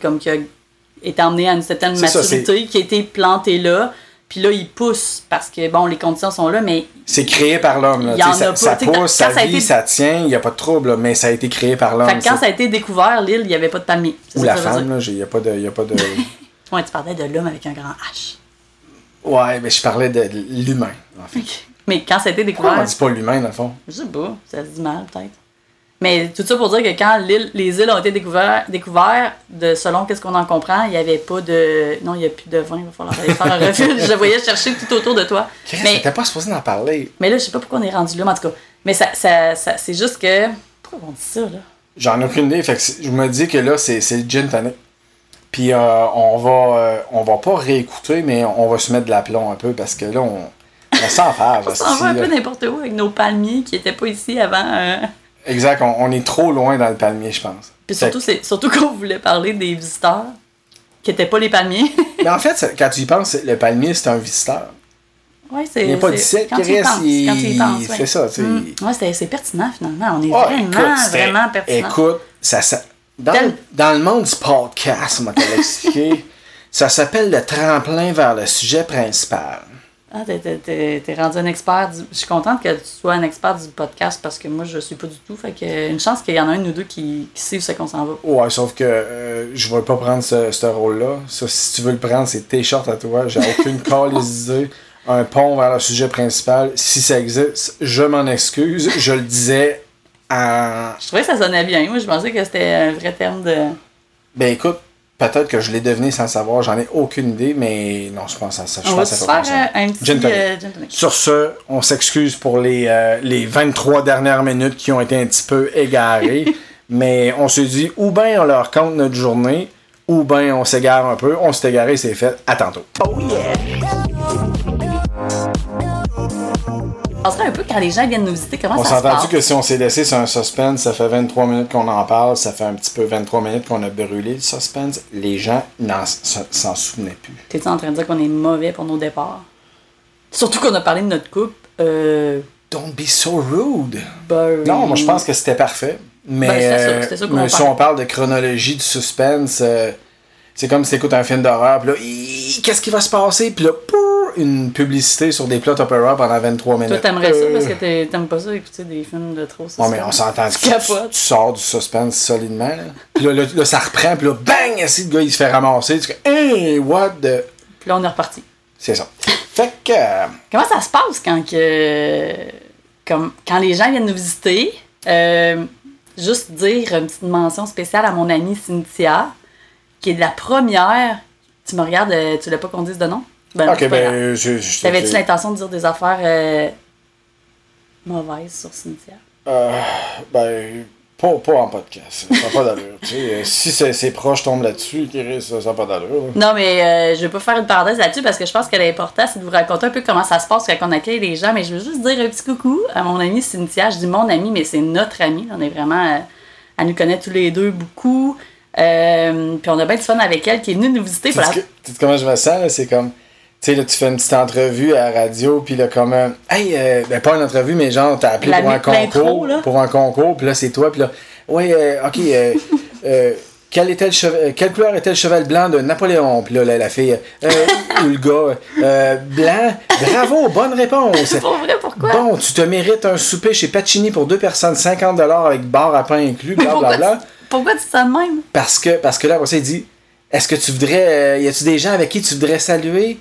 emmené à une certaine maturité, qui a été planté là. Puis là, il pousse parce que, bon, les conditions sont là, mais... C'est créé par l'homme. Ça pousse, ça vit, ça tient, il n'y a pas de trouble, là, mais ça a été créé par l'homme. Fait que quand ça a été découvert, l'île, il n'y avait pas de palmier. Ou la femme, il n'y a pas de... Ouais, tu parlais de l'homme avec un grand H. Ouais, mais je parlais de l'humain, en fait. Mais quand ça a été découvert... Pourquoi on dit pas l'humain, dans le fond? Je sais pas, ça se dit mal, peut-être. Mais tout ça pour dire que quand les îles ont été découvertes, selon qu'est-ce qu'on en comprend, il n'y avait pas de... Non, il n'y a plus de vin, il va falloir aller faire un refus. Je voyais chercher tout autour de toi. Mais t'étais pas supposé d'en parler. Mais là, je sais pas pourquoi on est rendu là, mais en tout cas. Mais ça c'est juste que... Pourquoi on dit ça, là? J'en ai aucune idée. Fait que je me dis que là, c'est le gin tonic. Puis on va pas réécouter, mais on va se mettre de l'aplomb un peu parce que là, on s'en fait. On s'en va un peu n'importe où avec nos palmiers qui n'étaient pas ici avant... Exact, on est trop loin dans le palmier, je pense. Puis surtout qu'on voulait parler des visiteurs, qui n'étaient pas les palmiers. Mais en fait, quand tu y penses, le palmier, c'est un visiteur. Oui, c'est... Il n'y a pas d'ici qui reste, quand tu y penses, c'est ça, tu sais. Oui, c'est pertinent, finalement. On est vraiment pertinent. Écoute, dans le monde du podcast, on m'a expliqué, ça s'appelle le tremplin vers le sujet principal. Ah, t'es rendu un expert Je suis contente que tu sois un expert du podcast parce que moi, je suis pas du tout. Fait que une chance qu'il y en a un ou deux qui sait où c'est qu'on s'en va. Ouais, sauf que je vais pas prendre ce rôle-là. Ça, si tu veux le prendre, c'est tes shorts à toi. J'ai aucune idée. Un pont vers le sujet principal. Si ça existe, je m'en excuse. Je le disais en... Je trouvais que ça sonnait bien. Moi, je pensais que c'était un vrai terme de... Ben écoute, peut-être que je l'ai deviné sans le savoir, j'en ai aucune idée, mais non, je pense à ça. On va se faire un petit gin tonic. Sur ce, on s'excuse pour les 23 dernières minutes qui ont été un petit peu égarées, mais on se dit, ou bien on leur compte notre journée, ou bien on s'égare un peu. On s'est égaré, c'est fait. À tantôt. Oh yeah! On serait un peu quand les gens viennent nous visiter, comment ça se passe? On s'est entendu que si on s'est laissé sur un suspense, ça fait 23 minutes qu'on en parle, ça fait un petit peu 23 minutes qu'on a brûlé le suspense. Les gens s'en souvenaient plus. T'es-tu en train de dire qu'on est mauvais pour nos départs? Surtout qu'on a parlé de notre couple. Don't be so rude. Burry. Non, moi je pense que c'était parfait. Mais, c'est ça mais si on parle de chronologie du suspense, c'est comme si t'écoutes un film d'horreur, puis là, qu'est-ce qui va se passer? Puis là, une publicité sur des plots opéra pendant 23 minutes. Toi, t'aimerais ça parce que t'aimes pas ça écouter des films de trop suspense. Ouais, mais on s'entend que tu sors du suspense solidement. Là. Puis là, ça reprend, puis là, bang! Ainsi, le gars, il se fait ramasser. Tu dis, hey, what the... Puis là, on est reparti. C'est ça. Fait que... Comment ça se passe quand les gens viennent nous visiter? Juste dire une petite mention spéciale à mon amie Cynthia, qui est de la première... Tu me regardes, tu voulais pas qu'on dise de nom? Ok, T'avais-tu l'intention de dire des affaires mauvaises sur Cynthia? Pas en podcast. Ça n'a pas d'allure. Si ses proches tombent là-dessus, ça n'a pas d'allure. Là. Non, mais je vais pas faire une parenthèse là-dessus parce que je pense que l'important, c'est de vous raconter un peu comment ça se passe quand on accueille les gens. Mais je veux juste dire un petit coucou à mon amie Cynthia. Je dis mon amie, mais c'est notre amie. On est vraiment... elle nous connaît tous les deux beaucoup. Puis on a bien du fun avec elle qui est venue nous visiter. Tu sais comment je me sens? Là? C'est comme... Tu sais, là, tu fais une petite entrevue à la radio, puis là, comme... pas une entrevue, mais genre, t'as appelé pour un concours. Pour un concours, puis là, c'est toi, puis là... OK, quelle couleur était le cheval blanc de Napoléon? Puis là, la fille... ou le gars... blanc. Bravo, bonne réponse. C'est pas vrai, pourquoi? Bon, tu te mérites un souper chez Pacini pour 2 personnes, 50$ avec bar à pain inclus, blablabla. Pourquoi tu dis ça de même? Parce que là, après ça, il dit... Est-ce que tu voudrais... y a-tu des gens avec qui tu voudrais saluer?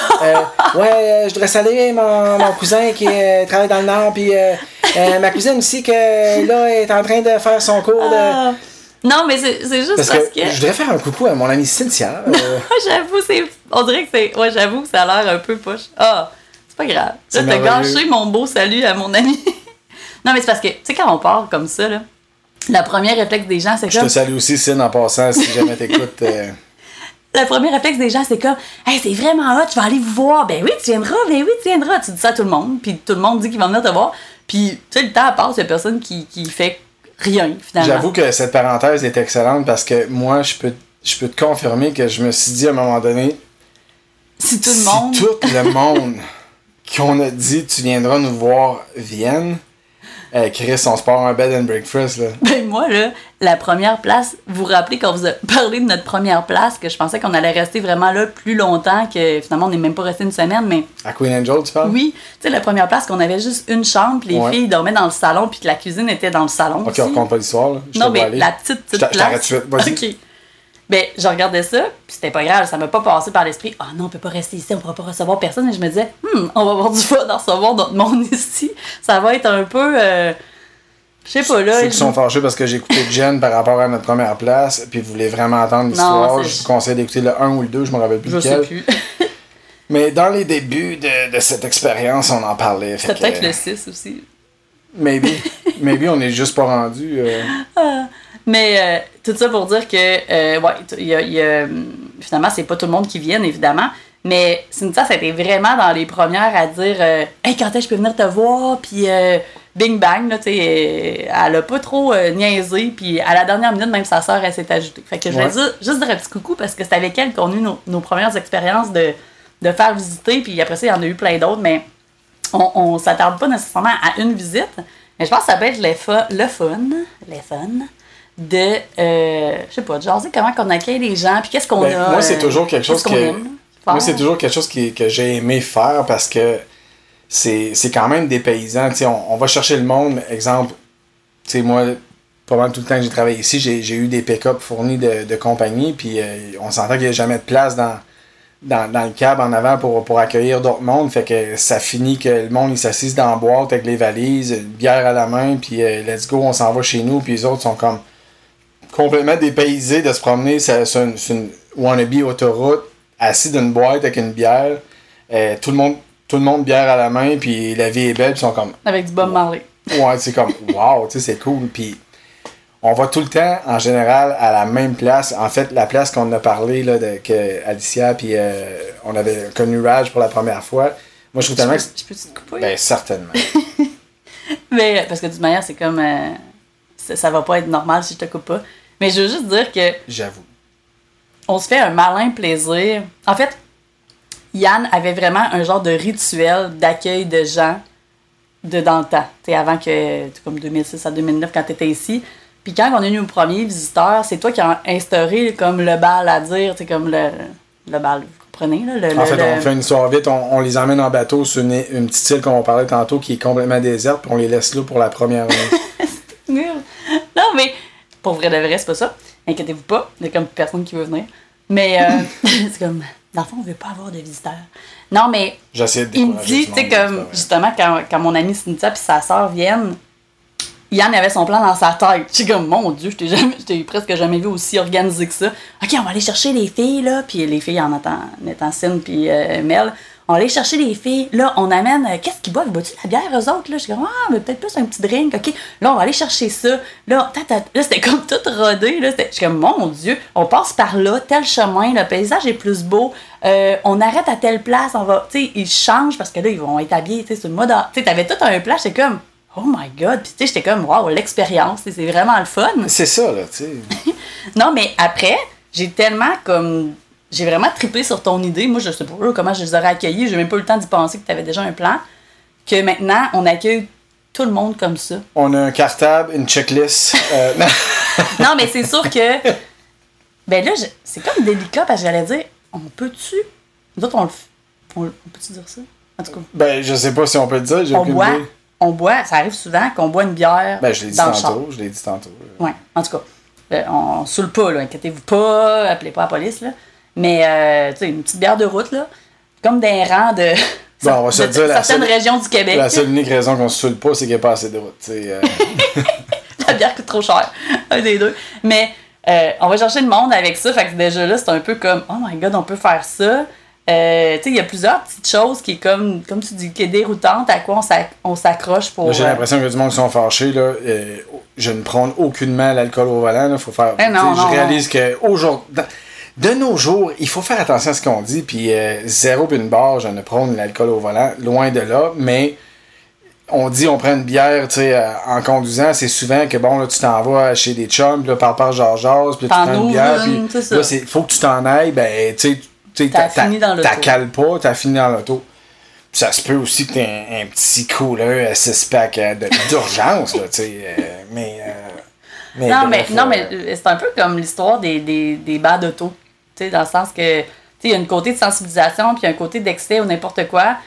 Je voudrais saluer mon cousin qui travaille dans le Nord, puis ma cousine aussi que là est en train de faire son cours de... Non, mais c'est juste parce que... Je voudrais faire un coucou à mon amie Cynthia. J'avoue, on dirait que c'est... Ouais, j'avoue que ça a l'air un peu poche. C'est pas grave. Là, t'as gâché mon beau salut à mon ami. Non, mais c'est parce que, tu sais, quand on part comme ça, là, la première réflexe des gens, c'est Je te salue aussi, Cyn, en passant, si jamais t'écoutes... Le premier réflexe des gens, c'est comme « Hey, c'est vraiment hot, je vais aller vous voir. » Ben oui, tu viendras. Tu dis ça à tout le monde, puis tout le monde dit qu'il va venir te voir. Puis, tu sais, le temps passe, il y a personne qui fait rien, finalement. J'avoue que cette parenthèse est excellente parce que moi, je peux te confirmer que je me suis dit à un moment donné... Si tout le monde qu'on a dit « Tu viendras nous voir » viennent... Chris, on se part un bed and breakfast, là. Ben moi, là, la première place, vous vous rappelez quand vous a parlé de notre première place, que je pensais qu'on allait rester vraiment là plus longtemps, que finalement, on n'est même pas resté une semaine, mais... À Queen Angel, tu parles? Oui. Tu sais, la première place, qu'on avait juste une chambre, puis les filles dormaient dans le salon, puis que la cuisine était dans le salon OK, aussi. on raconte pas l'histoire, là. Non, mais la petite place... Je t'arrête tout de suite, vas-y. OK. Ben, je regardais ça, puis c'était pas grave, ça m'a pas passé par l'esprit. Ah non, on peut pas rester ici, on pourra pas recevoir personne. Et je me disais, on va avoir du fun à recevoir notre monde ici. Ça va être un peu... Je sais pas, là. Ceux qui sont fâchés parce que j'ai écouté Jen par rapport à notre première place, puis vous voulez vraiment entendre l'histoire, je vous conseille d'écouter le 1 ou le 2, je me rappelle plus lequel. Je sais plus. Mais dans les débuts de cette expérience, on en parlait. C'était peut-être le 6 aussi. Maybe. Maybe on est juste pas rendu. Mais tout ça pour dire que, finalement, c'est pas tout le monde qui vient, évidemment. Mais Cynthia, ça a été vraiment dans les premières à dire Hey, quand est-ce que je peux venir te voir? Puis bing bang, là, tu sais, elle a pas trop niaisé. Puis à la dernière minute, même sa sœur, elle s'est ajoutée. Fait que je voulais juste dire un petit coucou parce que c'est avec elle qu'on a eu nos premières expériences de faire visiter. Puis après ça, il y en a eu plein d'autres. Mais on s'attarde pas nécessairement à une visite. Mais je pense que ça peut être le fun de, je sais pas, de jaser comment on accueille les gens. Puis qu'est-ce qu'on a. Moi, c'est toujours quelque chose Moi, c'est toujours quelque chose que j'ai aimé faire parce que c'est quand même dépaysant. T'sais, on va chercher le monde. Exemple, moi, pendant tout le temps que j'ai travaillé ici, j'ai eu des pick-up fournis de compagnie. Puis on s'entend qu'il n'y a jamais de place dans le cab en avant pour accueillir d'autres mondes. Fait que ça finit que le monde il s'assise dans la boîte avec les valises, une bière à la main. Puis let's go, on s'en va chez nous. Puis les autres sont comme complètement dépaysés de se promener sur une wannabe autoroute. Assis d'une boîte avec une bière, tout le monde bière à la main, puis la vie est belle, puis ils sont comme... Avec du Bob Marley. Ouais, c'est comme, wow, tu sais, c'est cool. Puis on va tout le temps, en général, à la même place. En fait, la place qu'on a parlé, là, que Alicia, puis on avait connu Raj pour la première fois. Moi, je trouve tellement que... Je peux te couper? Ben, certainement. Mais, parce que de toute manière, c'est comme... ça va pas être normal si je te coupe pas. Mais je veux juste dire que... J'avoue. On se fait un malin plaisir. En fait, Yann avait vraiment un genre de rituel d'accueil de gens dans le temps. Tu sais, avant que, comme 2006 à 2009, quand tu étais ici. Puis quand on est venu aux premiers visiteurs, c'est toi qui as instauré comme le bal à dire, tu sais, comme le bal, vous comprenez? Là, en fait, on fait une histoire vite, on les emmène en bateau sur une petite île qu'on va parler tantôt qui est complètement déserte, puis on les laisse là pour la première nuit. C'est nul. Non, mais pour vrai de vrai, c'est pas ça. Inquiétez-vous pas, il y a comme personne qui veut venir. Mais c'est comme, dans le fond, on veut pas avoir de visiteurs. Non, mais J'essaie de il me décourager dit, du tu sais, monde, comme, c'est justement, quand mon amie Cynthia puis sa sœur viennent, Yann avait son plan dans sa tête. J'étais comme, mon Dieu, je t'ai presque jamais vu aussi organisé que ça. OK, on va aller chercher les filles, là. Puis les filles en étant Cyn puis Mel. On va aller chercher les filles. Là, on amène, qu'est-ce qu'ils boivent? Bois-tu de la bière, eux autres? Là, je suis comme, mais peut-être plus un petit drink. OK, là, on va aller chercher ça. Là, là c'était comme tout rodé. Là, je suis comme, mon Dieu, on passe par là, tel chemin, le paysage est plus beau. On arrête à telle place. On va, tu sais, ils changent parce que là, ils vont être habillés, tu sais, sur le mode. Tu sais, t'avais tout un plan, j'étais comme, oh my God! Puis, tu sais, j'étais comme, wow, l'expérience, c'est vraiment le fun. C'est ça, là, tu sais. Non, mais après, j'ai vraiment trippé sur ton idée. Moi, je sais pas comment je les aurais accueillis. J'ai même pas eu le temps d'y penser que tu avais déjà un plan. Que maintenant, on accueille tout le monde comme ça. On a un cartable, une checklist. Non, mais c'est sûr que. Ben là, c'est comme délicat parce que j'allais dire, on peut-tu. Nous autres, on peut-tu dire ça? En tout cas. Ben, je sais pas si on peut le dire, j'ai aucune idée. On boit, ça arrive souvent qu'on boit une bière. Ben, je l'ai dit tantôt. Ouais, en tout cas. On saoule pas, là. Inquiétez-vous pas, appelez pas la police, là. Mais, tu sais, une petite bière de route, là. Comme des rangs de. Bon, on va se dire certaines régions du Québec. La seule unique raison qu'on se saoule pas, c'est qu'il n'y a pas assez de route. La bière coûte trop cher. Un des deux. Mais, on va chercher le monde avec ça. Fait que déjà là, c'est un peu comme, oh my God, on peut faire ça. Tu sais, il y a plusieurs petites choses qui est comme tu dis, qui est déroutante, à quoi on s'accroche pour. Moi, j'ai l'impression que du monde qui sont fâchés, là. Je ne prône aucunement l'alcool au volant, là. Faut faire. Je réalise que aujourd'hui. De nos jours, il faut faire attention à ce qu'on dit, puis zéro puis une barre, je ne prône l'alcool au volant, loin de là, mais on dit on prend une bière, tu sais, en conduisant, c'est souvent que bon, là, tu t'en vas chez des chums, puis là, par Georges, puis tu prends une bière, puis là, il faut que tu t'en ailles, ben, tu sais, t'as cales pas, t'as fini dans l'auto. Ça se peut aussi que t'aies un petit cooler, 6-pack d'urgence, là, tu sais, non, mais c'est un peu comme l'histoire des bas d'auto. Tu sais, dans le sens que, tu sais, il y a un côté de sensibilisation, puis un côté d'excès ou n'importe quoi.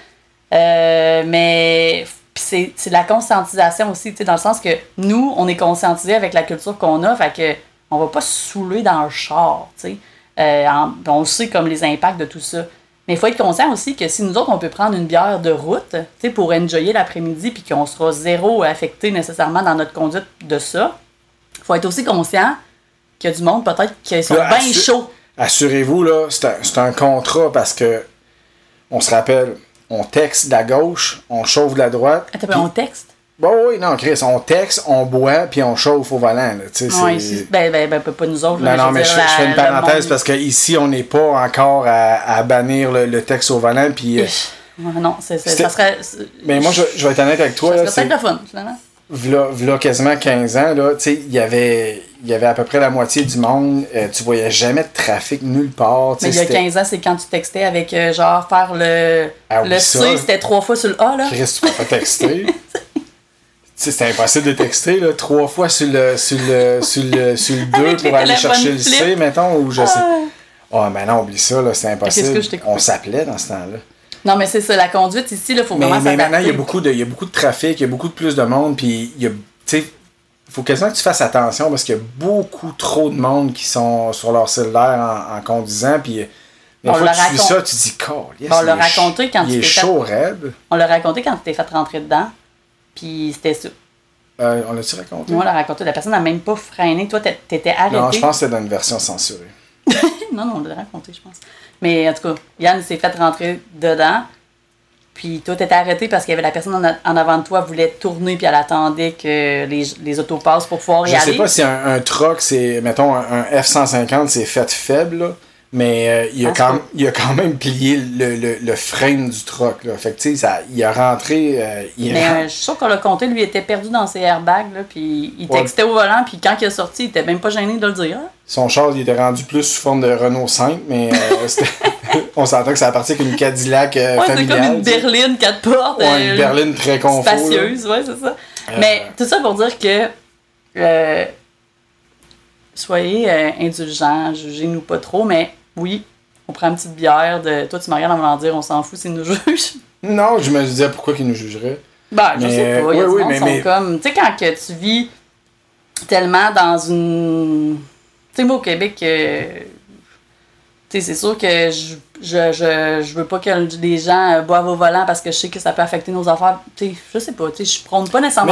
Mais c'est de la conscientisation aussi, tu sais, dans le sens que nous, on est conscientisés avec la culture qu'on a, fait que on va pas se saouler dans le char, tu sais. On sait comme les impacts de tout ça. Mais il faut être conscient aussi que si nous autres, on peut prendre une bière de route, tu sais, pour enjoyer l'après-midi, puis qu'on sera zéro affecté nécessairement dans notre conduite de ça, faut être aussi conscient qu'il y a du monde peut-être qui sont bien chauds. Assurez-vous, là, c'est un contrat parce que on se rappelle, on texte de la gauche, on chauffe de la droite. Attends, on texte? Bon, oui, non, Chris, on texte, on boit, puis on chauffe au volant. Oui, ici, pas nous autres. Non, mais je fais une parenthèse parce qu'ici, on n'est pas encore à bannir le texte au volant. Puis, non, ça serait. Mais moi, je vais être honnête avec toi. Ça serait peut-être le fun, finalement. V'là quasiment 15 ans, là, tu sais, il y avait à peu près la moitié du monde. Tu voyais jamais de trafic nulle part. Mais il y a 15 ans, c'est quand tu textais avec, genre, faire le C, c'était 3 fois sur le A, là. Chris, tu peux pas texter. C'était impossible de texter, là, 3 fois sur le 2 pour aller chercher le C, mettons, ou je sais. Mais non, oublie ça, là, c'est impossible. On s'appelait dans ce temps-là. Non, mais c'est ça, la conduite ici, il faut vraiment s'adapter. Mais maintenant, il y a beaucoup de trafic, il y a beaucoup de plus de monde, puis il faut quasiment que tu fasses attention parce qu'il y a beaucoup trop de monde qui sont sur leur cellulaire en conduisant, puis une fois que tu suis ça, tu te dis, yes, on l'a raconté quand il est chaud, raide. On l'a raconté quand tu t'es fait rentrer dedans, puis c'était ça. On l'a-tu raconté? Moi, on l'a raconté. La personne n'a même pas freiné. Toi, t'étais arrêté. Non, je pense que c'était dans une version censurée. non, on l'a raconté, je pense. Mais en tout cas, Yann s'est fait rentrer dedans. Puis toi, t'étais arrêté parce qu'il y avait la personne en avant de toi voulait tourner puis elle attendait que les autos passent pour pouvoir y aller. Je sais pas si un truck, c'est, mettons, un F-150, c'est fait faible, là. Mais il a quand même plié le frein du truck. Là. Fait que tu sais, il a rentré. Je suis sûr qu'on l'a compté, lui était perdu dans ses airbags, là, puis il textait au volant, puis quand il est sorti, il était même pas gêné de le dire. Hein? Son char, il était rendu plus sous forme de Renault 5, mais on s'entend que ça a parti avec une Cadillac familiale. C'est comme une berline 4 portes. Une berline très confort. Spacieuse, ouais, c'est ça. Mais tout ça pour dire que soyez indulgents, jugez-nous pas trop, mais oui, on prend une petite bière de. Toi, tu me regardes en voulant dire on s'en fout s'ils nous jugent. Non, je me disais pourquoi qu'ils nous jugeraient. Je sais pas. Il y a du monde qui sont comme. Tu sais, quand que tu vis tellement dans une. Tu sais, moi au Québec, Tu sais, c'est sûr que je veux pas que les gens boivent au volant parce que je sais que ça peut affecter nos affaires. Tu sais, je sais pas, tu sais, je prône pas nécessairement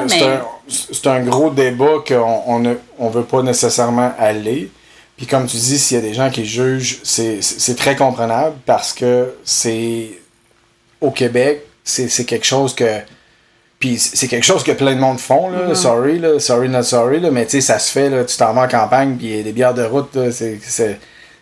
c'est un gros débat qu'on veut pas nécessairement aller. Puis comme tu dis, s'il y a des gens qui jugent, c'est très comprenable parce que c'est au Québec, c'est quelque chose que... Puis c'est quelque chose que plein de monde font, là. Sorry, not sorry, là. Mais tu sais, ça se fait, là. Tu t'en vas en campagne, puis des bières de route, là, c'est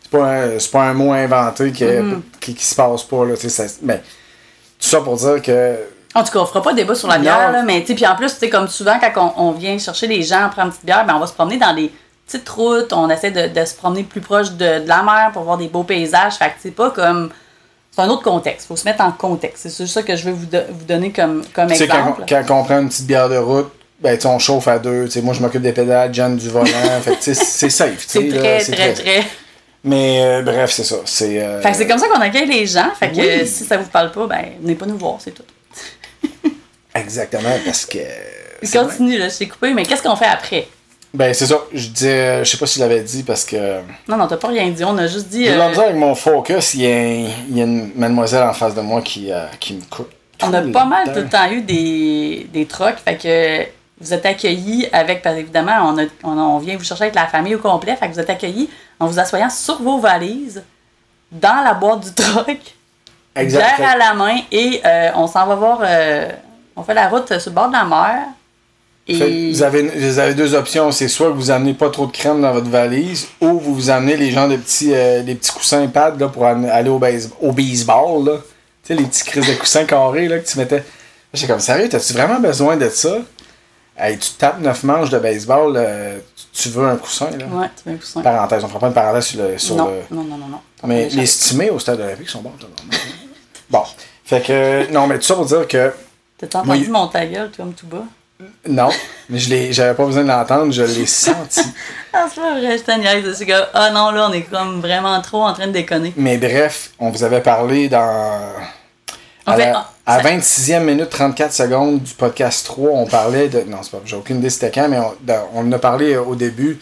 pas un mot inventé qui se passe pas, là. Mais tout ça pour dire que... En tout cas, on fera pas de débat sur la bière, là. Mais tu sais, puis en plus, tu sais, comme souvent, quand on vient chercher les gens, on prend une petite bière, ben on va se promener dans des petites routes. On essaie de se promener plus proche de la mer pour voir des beaux paysages. Fait que c'est pas comme... C'est un autre contexte. Il faut se mettre en contexte. C'est juste ça que je veux vous donner comme exemple. Quand on prend une petite bière de route, ben, on chauffe à deux. Moi, je m'occupe des pédales, Jen du volant. Fait que c'est safe. C'est très... Mais bref, c'est ça. Fait que c'est comme ça qu'on accueille les gens. Fait que si ça vous parle pas, ben, venez pas nous voir, c'est tout. Exactement, parce que... Continue, là, je t'ai coupé, mais qu'est-ce qu'on fait après? Ben, c'est ça. Je disais, je sais pas si je l'avais dit parce que... Non, t'as pas rien dit. On a juste dit... Je voulais dire avec mon focus, il y a une mademoiselle en face de moi qui me coupe. On a pas mal tout le temps eu des trucks. Fait que vous êtes accueillis avec... Parce qu'évidemment, on vient vous chercher avec la famille au complet. Fait que vous êtes accueillis en vous assoyant sur vos valises, dans la boîte du truck, bière à la main, et on s'en va voir... on fait la route sur le bord de la mer. Et... Vous avez deux options. C'est soit que vous amenez pas trop de crème dans votre valise, ou vous amenez les gens des petits coussins pads là, pour aller au baseball. Là. Tu sais, les petits crises de coussins carrés là, que tu mettais. J'étais comme, sérieux, t'as-tu vraiment besoin de ça? Hey, tu tapes 9 manches de baseball, tu veux un coussin, là? Ouais, tu veux un coussin. Parenthèse, on fera pas une parenthèse sur non, le... Non. Mais les stimés au stade olympique sont bons, bon. Fait que, non, mais tout ça pour dire que... T'as entendu mon ta gueule, comme tout bas? Non, mais j'avais pas besoin de l'entendre, je l'ai senti. Ah, c'est pas vrai, je te niaise. C'est comme, ah non, là, on est comme vraiment trop en train de déconner. Mais bref, on vous avait parlé à 26e minute 34 secondes du podcast 3, on parlait de... Non, c'est pas, j'ai aucune idée c'était quand, mais on en a parlé au début.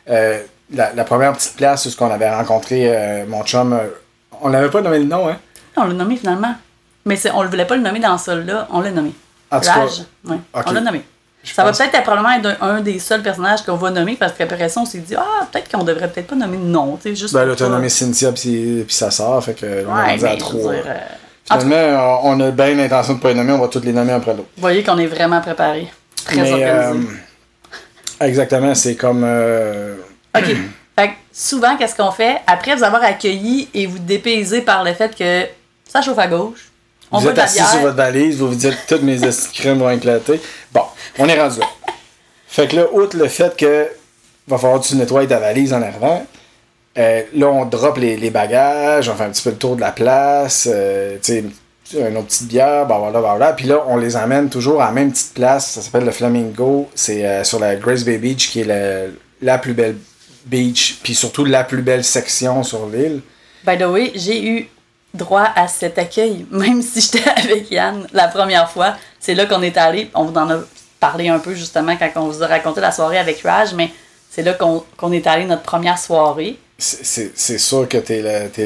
La première petite place où on avait rencontré mon chum, on l'avait pas nommé le nom, hein? On l'a nommé finalement. Mais on ne voulait pas le nommer dans ça là, on l'a nommé. Raj, ouais. Okay. On l'a nommé. Ça va peut-être probablement être un des seuls personnages qu'on va nommer parce qu'après ça, on s'est dit, peut-être qu'on devrait peut-être pas nommer de nom. Juste ben là, t'as nommé Cynthia puis sa sœur, fait que on a dit à 3. Dire, finalement, on a bien l'intention de ne pas les nommer, on va tous les nommer après l'autre. Vous voyez qu'on est vraiment préparé. Très organisé. Exactement, c'est comme. OK. Fait que souvent, qu'est-ce qu'on fait? Après vous avoir accueilli et vous dépayser par le fait que ça chauffe à gauche. Vous êtes assis sur votre valise, vous vous dites toutes mes crèmes vont éclater. Bon, on est rendu là. Fait que là, outre le fait que va falloir que tu nettoies ta valise en arrivant, là, on drop les bagages, on fait un petit peu le tour de la place, tu sais, une autre petite bière, blablabla. Puis là, on les emmène toujours à la même petite place, ça s'appelle le Flamingo, c'est sur la Grace Bay Beach, qui est la plus belle beach, puis surtout la plus belle section sur l'île. By the way, j'ai eu droit à cet accueil, même si j'étais avec Yann la première fois. C'est là qu'on est allé, on vous en a parlé un peu justement quand on vous a raconté la soirée avec Raj, mais c'est là qu'on est allé notre première soirée. C'est sûr que t'es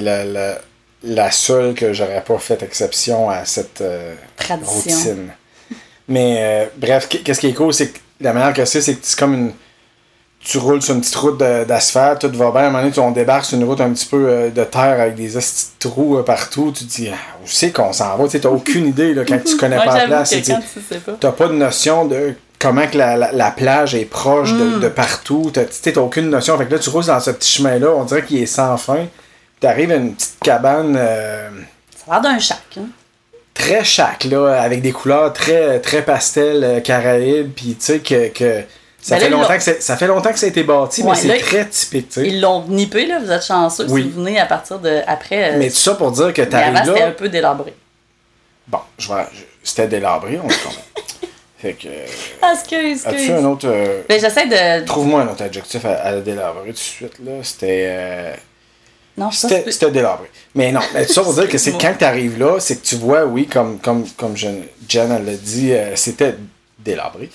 la seule que j'aurais pas fait exception à cette routine. Mais bref, qu'est-ce qui est cool, c'est que la manière que c'est que c'est comme une... Tu roules sur une petite route d'asphalte, tout va bien. À un moment donné, on débarque sur une route un petit peu de terre avec des petits trous partout. Tu te dis, où c'est qu'on s'en va? Tu n'as aucune idée là, quand tu connais pas la place. Tu n'as pas de notion de comment que la plage est proche de partout. Tu n'as aucune notion. Fait que là, tu roules dans ce petit chemin-là, on dirait qu'il est sans fin. Tu arrives à une petite cabane. Ça a l'air d'un shack. Hein? Très shack, là, avec des couleurs très, très pastel, caraïbes. Puis tu sais que ça fait longtemps que ça a été bâti, mais c'est très typique. T'sais. Ils l'ont nippé, là, vous êtes chanceux si vous venez à partir de après. Mais tout ça pour dire que t'arrives là. C'était un peu délabré. Bon, c'était délabré, on se comprend. Fait que. Excuse. As-tu un autre. Ben, j'essaie de. Trouve-moi un autre adjectif à délabré tout de suite, là. C'était. Non, c'était délabré. Mais non, mais tout ça pour dire que c'est quand t'arrives là, c'est que tu vois, oui, comme Jen elle l'a dit, c'était délabré.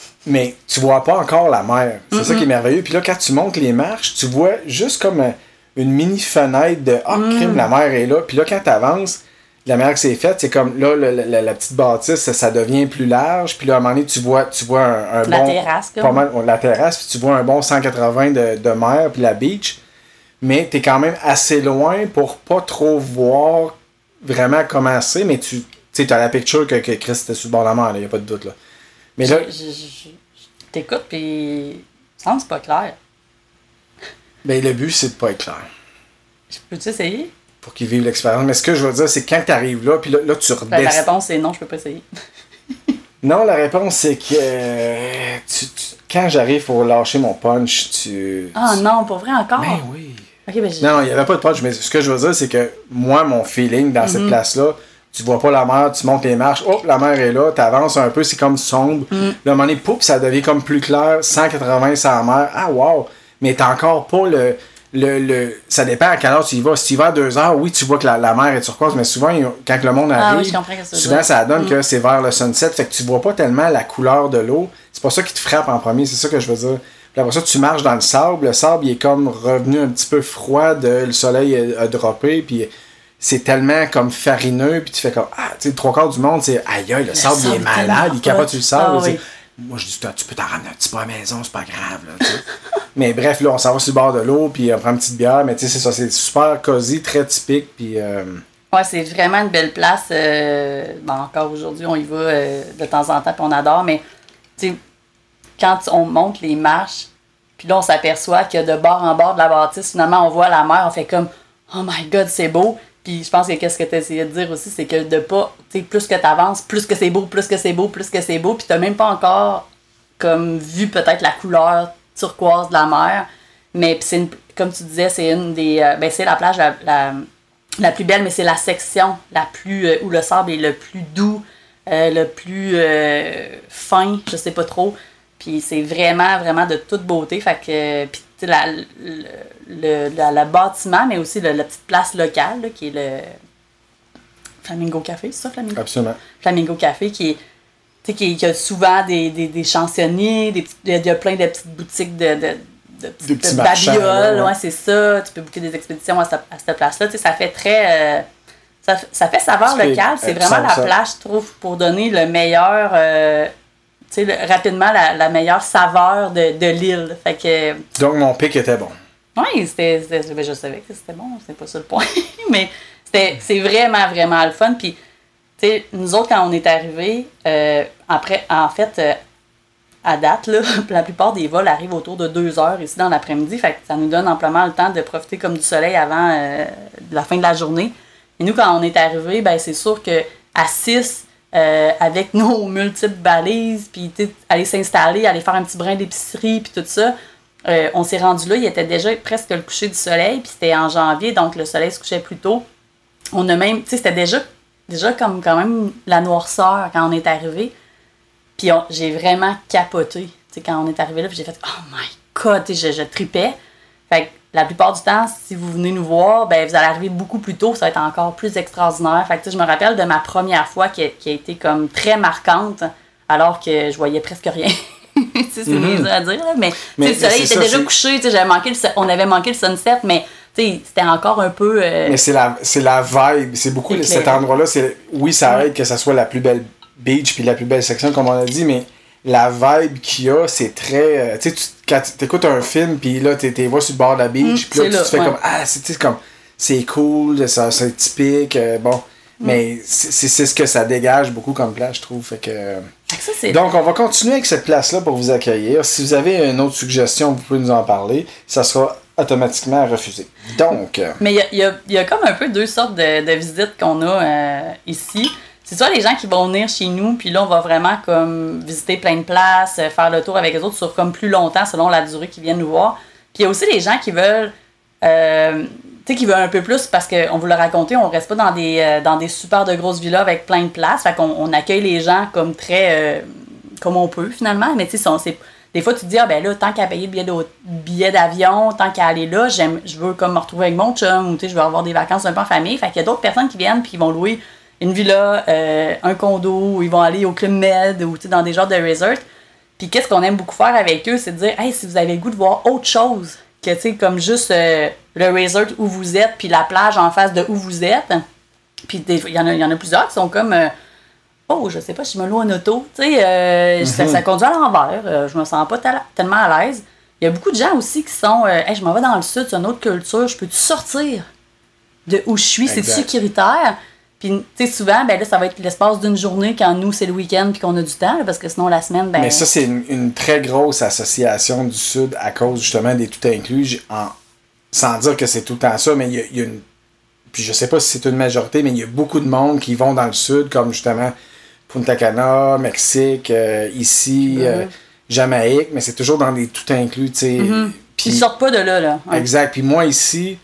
Mais tu vois pas encore la mer. C'est ça qui est merveilleux. Puis là, quand tu montes les marches, tu vois juste comme une mini fenêtre de crime, la mer est là. Puis là, quand t'avances, la manière que c'est fait, c'est comme là, la petite bâtisse, ça devient plus large. Puis là, à un moment donné, tu vois un la bon. Terrasse, Pas mal, la terrasse, puis tu vois un bon 180 de mer, puis la beach. Mais t'es quand même assez loin pour pas trop voir vraiment comment c'est. Mais tu sais, t'as la picture que Chris était sur le bord de la mer, il n'y a pas de doute. Là. Mais là. Je t'écoute, puis ça semble c'est pas clair. Ben, le but, c'est de pas être clair. Je peux-tu essayer? Pour qu'ils vivent l'expérience. Mais ce que je veux dire, c'est quand t'arrives là, puis là tu redescends. Ben, la réponse, c'est non, je peux pas essayer. Non, la réponse, c'est que quand j'arrive pour lâcher mon punch, Ah non, pour vrai encore? Ben oui. Okay, ben non, il n'y avait pas de punch, mais ce que je veux dire, c'est que moi, mon feeling dans cette place-là, tu vois pas la mer, tu montes les marches, hop, la mer est là, t'avances un peu, c'est comme sombre. Là, à un moment donné, pouf, ça devient comme plus clair, 180 sur la mer, ah wow! Mais t'as encore pas ça dépend à quelle heure tu y vas. Si tu y vas à 2 heures, oui, tu vois que la mer est turquoise, mais souvent, quand le monde arrive, souvent ça donne que c'est vers le sunset, fait que tu vois pas tellement la couleur de l'eau. C'est pas ça qui te frappe en premier, c'est ça que je veux dire. Puis après ça, tu marches dans le sable il est comme revenu un petit peu froid, le soleil a droppé, puis c'est tellement comme farineux, puis tu fais comme, tu sais, 3/4 du monde, c'est aïe, le sable, il est malade, il capote sur le sable. Oui. Moi, je dis, tu peux t'en ramener un petit peu à la maison, c'est pas grave, là, tu sais. Mais bref, là, on s'en va sur le bord de l'eau, puis on prend une petite bière, mais tu sais, c'est ça, c'est super cosy, très typique, puis... Ouais, c'est vraiment une belle place. Encore aujourd'hui, on y va de temps en temps, puis on adore, mais tu sais, quand on monte les marches, puis là, on s'aperçoit que de bord en bord de la bâtisse, finalement, on voit la mer, on fait comme « Oh my God, c'est beau! » Puis je pense que qu'est-ce que tu essayais de dire aussi, c'est que de pas, tu sais, plus que tu avances, plus que c'est beau, plus que c'est beau, plus que c'est beau, puis t'as même pas encore comme vu peut-être la couleur turquoise de la mer, mais c'est comme tu disais, c'est une des, c'est la plage la plus belle, mais c'est la section la plus, où le sable est le plus doux, le plus fin, je sais pas trop, puis c'est vraiment, vraiment de toute beauté, fait que, puis tu sais, le bâtiment, mais aussi la petite place locale, là, qui est le Flamingo Café, c'est ça, Flamingo? Absolument. Flamingo Café, qui a souvent des chansonniers, il y a plein de petites boutiques de petits babioles, ouais, c'est ça. Tu peux booker des expéditions à cette place-là. Tu sais, ça fait très... ça fait saveur locale. C'est vraiment la place, je trouve, pour donner le meilleur... tu sais, rapidement, la meilleure saveur de l'île. Fait que... Donc, mon pic était bon. Oui, je savais que c'était bon. C'est pas ça le point. Mais c'est vraiment, vraiment le fun. Puis, tu sais, nous autres, quand on est arrivés, après, en fait... à date, là, la plupart des vols arrivent autour de 2 heures ici dans l'après-midi. Fait que ça nous donne amplement le temps de profiter comme du soleil avant la fin de la journée. Et nous, quand on est arrivés, ben c'est sûr qu'à 6, avec nos multiples balises, puis aller s'installer, aller faire un petit brin d'épicerie, puis tout ça, on s'est rendu là. Il était déjà presque le coucher du soleil, puis c'était en janvier, donc le soleil se couchait plus tôt. On a même, tu sais, c'était déjà comme quand même la noirceur quand on est arrivé. Puis j'ai vraiment capoté, tu sais, quand on est arrivé là, puis j'ai fait « Oh my God! » Je tripais. Fait que la plupart du temps, si vous venez nous voir, ben vous allez arriver beaucoup plus tôt, ça va être encore plus extraordinaire. Fait que je me rappelle de ma première fois qui a été comme très marquante, alors que je voyais presque rien. C'est mieux à dire, là, mais le soleil était déjà couché, on avait manqué le sunset, mais c'était encore un peu... Mais c'est la vibe, c'est beaucoup éclairé. Cet endroit-là, oui, ça aide que ça soit la plus belle beach puis la plus belle section comme on a dit, mais la vibe qu'il y a, c'est très quand tu écoutes un film puis là tu vois sur le bord de la beach puis là tu te fais comme c'est cool, c'est typique, mais c'est ce que ça dégage beaucoup comme place, je trouve, fait que donc on va continuer avec cette place là pour vous accueillir. Si vous avez une autre suggestion, vous pouvez nous en parler, ça sera automatiquement refusé. Donc mais il y a comme un peu 2 sortes de visites qu'on a ici. C'est soit les gens qui vont venir chez nous, puis là, on va vraiment comme visiter plein de places, faire le tour avec les autres sur comme plus longtemps, selon la durée qu'ils viennent nous voir. Puis il y a aussi les gens qui veulent, qui veulent un peu plus, parce qu'on vous l'a raconté, on reste pas dans des super de grosses villas avec plein de places. Fait qu'on accueille les gens comme très, comme on peut finalement. Mais tu sais, des fois, tu te dis, là, tant qu'à payer le billet d'avion, tant qu'à aller là, je veux comme me retrouver avec mon chum, ou je veux avoir des vacances un peu en famille. Fait qu'il y a d'autres personnes qui viennent, puis qui vont louer une villa, un condo, où ils vont aller au Club Med ou dans des genres de resorts. Puis qu'est-ce qu'on aime beaucoup faire avec eux, c'est de dire « Hey, si vous avez le goût de voir autre chose que tu sais, comme juste le resort où vous êtes, puis la plage en face de où vous êtes. Puis il y en a plusieurs qui sont comme oh, je sais pas, si je me loue en auto, tu sais, ça conduit à l'envers, je me sens pas tellement à l'aise. Il y a beaucoup de gens aussi qui sont hey, je m'en vais dans le sud, c'est une autre culture, je peux-tu sortir de où je suis, c'est sécuritaire? Puis, tu sais, souvent, ben là, ça va être l'espace d'une journée quand nous, c'est le week-end puis qu'on a du temps, là, parce que sinon, la semaine, ben... Mais ça, c'est une très grosse association du Sud à cause, justement, des tout-inclus. Sans dire que c'est tout le temps ça, mais il y a une... Puis je sais pas si c'est une majorité, mais il y a beaucoup de monde qui vont dans le Sud, comme justement Punta Cana, Mexique, ici, Jamaïque, mais c'est toujours dans des tout-inclus, tu sais. Puis ils sortent pas de là. Ouais. Exact. Puis moi, ici...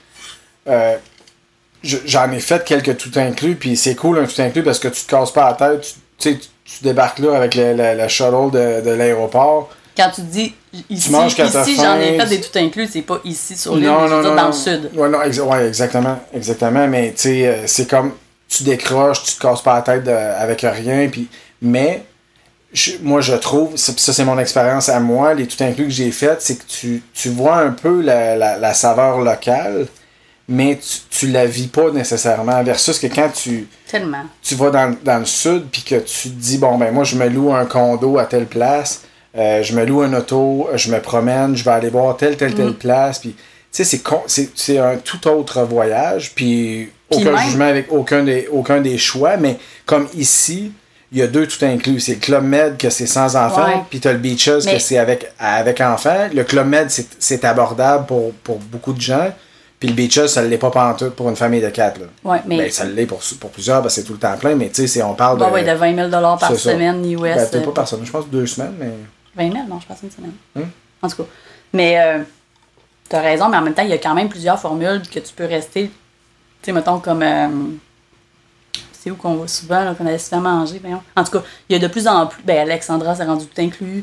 j'en ai fait quelques tout inclus, puis c'est cool un tout inclus parce que tu te casses pas la tête, tu débarques là avec le shuttle de l'aéroport. Quand tu dis ici, tu manges ici j'en ai fait des tout inclus, c'est pas ici sur l'île, mais dans le sud. Ouais, non, exactement, mais tu sais, c'est comme tu décroches, tu te casses pas la tête avec rien, puis mais moi je trouve, ça c'est mon expérience à moi, les tout inclus que j'ai fait, c'est que tu vois un peu la saveur locale, mais tu la vis pas nécessairement, versus que quand tu vas dans le sud puis que tu te dis bon ben moi je me loue un condo à telle place, je me loue un auto, je me promène, je vais aller voir telle place, puis tu sais c'est un tout autre voyage, puis aucun jugement avec aucun des choix, mais comme ici il y a deux tout inclus, c'est le Club Med que c'est sans enfants, puis t'as le Beaches que c'est avec enfants. Le Club Med c'est abordable pour beaucoup de gens. Puis le Beaches, ça ne l'est pas pantoute pour une famille de 4. Là. Ouais, mais... Ben, ça l'est pour plusieurs, parce que c'est tout le temps plein, mais tu sais, on parle de... Oui, de 20 000 par semaine US. Ben, peut-être pas par semaine, je pense 2 semaines, mais... 20 000? Non, je pense une semaine. En tout cas. Mais tu as raison, mais en même temps, il y a quand même plusieurs formules que tu peux rester. Tu sais, mettons, comme... c'est où qu'on va souvent, là, qu'on allait souvent manger. Voyons. En tout cas, il y a de plus en plus... Ben, Alexandra, c'est rendu tout inclus.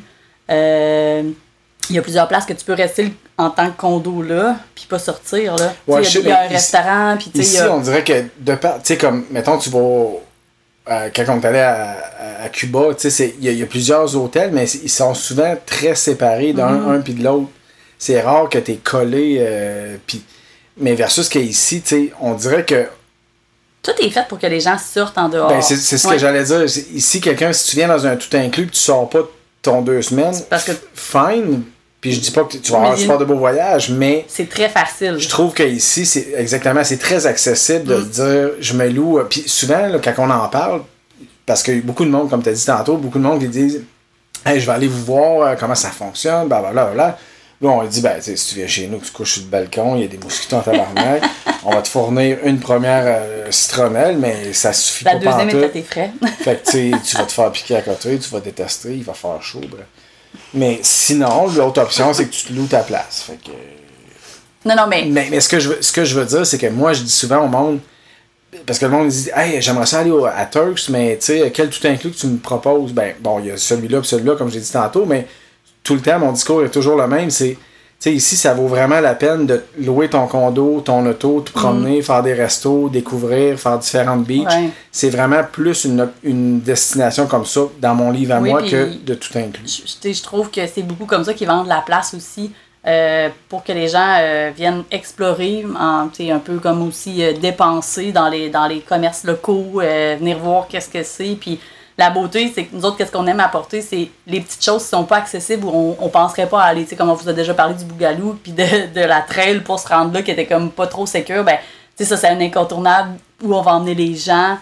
Il y a plusieurs places que tu peux rester en tant que condo là, puis pas sortir là. Ouais, il y a un restaurant, puis tu sais. Ici, on dirait que tu sais comme mettons tu vas quand on est allé à Cuba, tu sais il y a plusieurs hôtels, mais ils sont souvent très séparés d'un puis de l'autre. C'est rare que tu es collé puis mais versus qu'ici, tu sais, on dirait que tout est fait pour que les gens sortent en dehors. Ben, c'est ce que j'allais dire. Ici, si tu viens dans un tout inclus et tu sors pas ton 2 semaines, parce que fine. Puis je dis pas que tu vas avoir un super de beau voyage, mais... C'est très facile. Je trouve qu'ici, c'est très accessible de se dire, je me loue... Puis souvent, là, quand on en parle, parce qu'il y a beaucoup de monde, comme tu as dit tantôt, beaucoup de monde qui disent « Hey, je vais aller vous voir comment ça fonctionne, blablabla. » Là, on dit, ben, si tu viens chez nous, tu couches sur le balcon, il y a des mosquitons en tabarnak, on va te fournir une première citronnelle, mais ça suffit pas. La deuxième est à tes frais. Fait que tu vas te faire piquer à côté, tu vas détester, il va faire chaud, bref. Mais sinon, l'autre option, c'est que tu te loues ta place. Fait que... Non, mais... Mais ce que je veux dire, c'est que moi, je dis souvent au monde, parce que le monde dit « Hey, j'aimerais ça aller à Turks, mais tu sais, quel tout inclus que tu me proposes? » Ben, bon, il y a celui-là et celui-là, comme j'ai dit tantôt, mais tout le temps, mon discours est toujours le même. C'est, tu sais, ici, ça vaut vraiment la peine de louer ton condo, ton auto, te promener, faire des restos, découvrir, faire différentes beaches. Ouais. C'est vraiment plus une destination comme ça, dans mon livre à moi, que de tout inclus. Je trouve que c'est beaucoup comme ça qu'ils vendent la place aussi, pour que les gens viennent explorer, un peu comme aussi dépenser dans les commerces locaux, venir voir qu'est-ce que c'est, puis la beauté, c'est que nous autres, qu'est-ce qu'on aime apporter, c'est les petites choses qui sont pas accessibles où on penserait pas à aller. Tu sais, comme on vous a déjà parlé du Bougalou, puis de la trail pour se rendre là, qui était comme pas trop sécure, ben, tu sais, ça, c'est un incontournable où on va emmener les gens.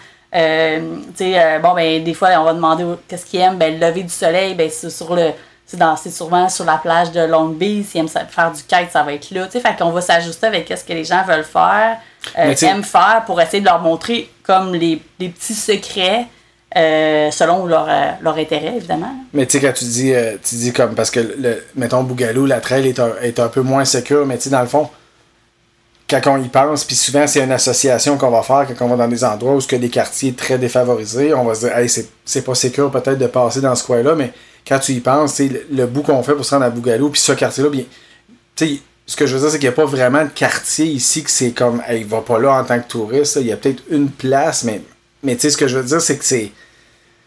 Bon, ben, des fois, on va demander qu'est-ce qu'ils aiment. Ben, le lever du soleil, ben, c'est souvent sur la plage de Long Beach. S'ils aiment faire du kite, ça va être là. Tu sais, fait qu'on va s'ajuster avec ce que les gens veulent faire, aiment faire pour essayer de leur montrer comme les petits secrets. Selon leur intérêt, évidemment. Mais tu sais, quand tu dis comme, parce que, mettons, Bougalou, la trail est un peu moins sécure, mais tu sais, dans le fond, quand on y pense, puis souvent, c'est une association qu'on va faire quand on va dans des endroits où il y a des quartiers très défavorisés, on va se dire, hey, c'est pas sécure peut-être de passer dans ce coin-là, mais quand tu y penses, tu sais, le bout qu'on fait pour se rendre à Bougalou, puis ce quartier-là, bien, tu sais, ce que je veux dire, c'est qu'il n'y a pas vraiment de quartier ici que c'est comme, hey, va pas là en tant que touriste, là. Il y a peut-être une place, mais tu sais, ce que je veux dire, c'est que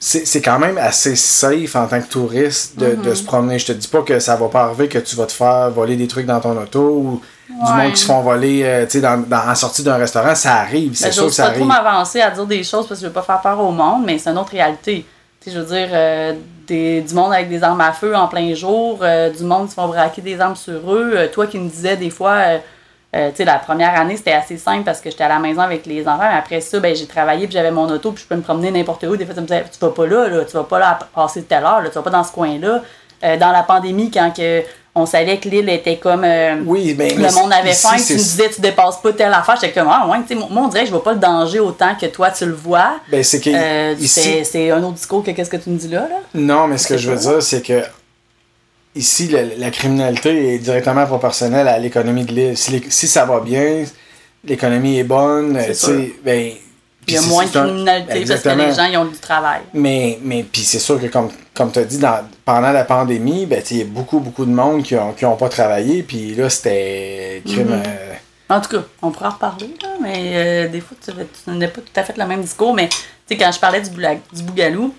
c'est quand même assez safe en tant que touriste de se promener. Je te dis pas que ça va pas arriver que tu vas te faire voler des trucs dans ton auto ou du monde qui se font voler en sortie d'un restaurant. Ça arrive, c'est sûr que ça arrive. Je ne vais pas trop m'avancer à dire des choses parce que je veux pas faire peur au monde, mais c'est une autre réalité. Tu sais, je veux dire, du monde avec des armes à feu en plein jour, du monde qui se font braquer des armes sur eux. Toi qui me disais des fois... tu sais, la première année, c'était assez simple parce que j'étais à la maison avec les enfants. Mais après ça, ben, j'ai travaillé puis j'avais mon auto puis je peux me promener n'importe où. Des fois, tu me disais, tu vas pas là, tu vas pas là à passer telle heure, là, tu vas pas dans ce coin-là. Dans la pandémie, quand on savait que l'île était comme... oui, ben, le monde avait faim, tu me disais, tu dépasses pas telle affaire. J'étais comme, ah, ouais, tu sais, moi, on dirait que je vois pas le danger autant que toi, tu le vois. Ben, c'est que ici... c'est un autre discours que qu'est-ce que tu me dis là? Non, mais ce que je veux dire, c'est que ici, la criminalité est directement proportionnelle à l'économie de l'île. Si ça va bien, l'économie est bonne, tu sais, ben... Il y a moins de criminalité parce que les gens ils ont du travail. Mais puis c'est sûr que comme tu as dit, pendant la pandémie, ben, il y a beaucoup de monde qui ont pas travaillé, puis là, c'était crime... En tout cas, on pourra en reparler, là, mais des fois, tu n'as pas tout à fait le même discours, mais tu sais, quand je parlais du Bougalou,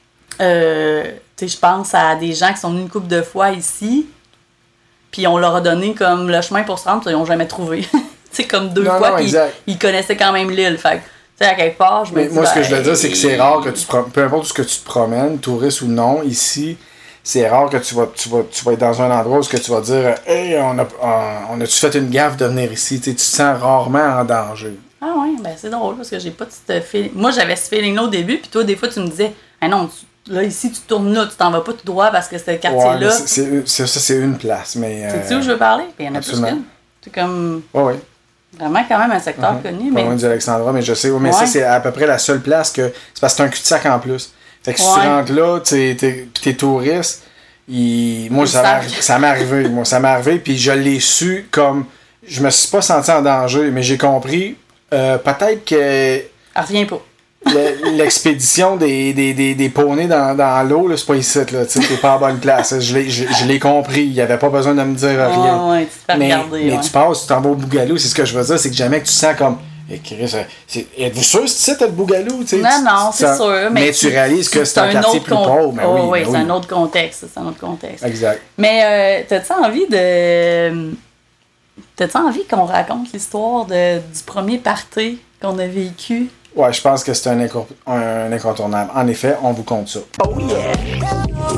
je pense à des gens qui sont venus une couple de fois ici, puis on leur a donné comme le chemin pour se rendre, ils n'ont jamais trouvé. C'est comme deux fois, puis ils connaissaient quand même l'île. Fait tu sais, à quelque part, je me dis... Moi, ce que je veux dire, c'est que c'est rare que peu importe où ce que tu te promènes, touriste ou non, ici, c'est rare que tu vas être dans un endroit où tu vas dire « Hey, on a-tu fait une gaffe de venir ici? » Tu te sens rarement en danger. Ah oui, ben c'est drôle, parce que j'ai pas de feeling. Moi, j'avais ce feeling-là au début, puis toi, des fois, tu me disais « Ah non, là, ici, tu tournes là, tu t'en vas pas tout droit parce que ce quartier-là... » c'est une place, mais... Sais-tu où je veux parler? Puis il y en a plus qu'une. C'est comme... Oui. Vraiment quand même un secteur connu. Pas loin d'Alexandra, mais je sais. Mais ça, c'est à peu près la seule place que... C'est parce que c'est un cul-de-sac en plus. Fait que si tu rentres là, t'es touriste, moi, ça m'est arrivé. Moi, ça m'est arrivé, puis je l'ai su comme... Je me suis pas senti en danger, mais j'ai compris peut-être que... Reviens pas. L'expédition des poneys dans l'eau, là, c'est pas ici, là, t'es pas en bonne place. Je l'ai compris, il n'y avait pas besoin de me dire rien. Ouais, tu te fais regarder. Mais tu passes, tu t'en vas au Bougalou, c'est ce que je veux dire, c'est que jamais que tu sens comme. Êtes-vous sûr que c'est le Bougalou? Non, c'est sûr. Mais tu réalises que c'est un quartier plus pauvre. Oui, c'est un autre contexte. C'est un autre contexte. Exact. Mais t'as-tu envie qu'on raconte l'histoire du premier party qu'on a vécu? Ouais, je pense que c'est un incontournable. En effet, on vous compte ça. Oh yeah!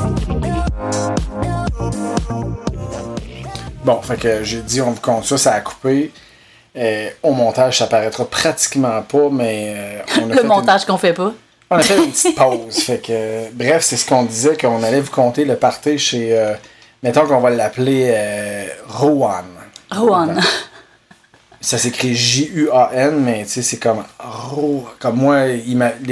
Bon, fait que j'ai dit on vous compte ça a coupé. Au montage, ça paraîtra pratiquement pas, mais... on a le montage qu'on fait pas. On a fait une petite pause. Fait que, bref, c'est ce qu'on disait, qu'on allait vous compter le party chez... mettons qu'on va l'appeler Rowan. Rowan. Ça s'écrit J-U-A-N, mais tu sais, c'est comme comme moi, il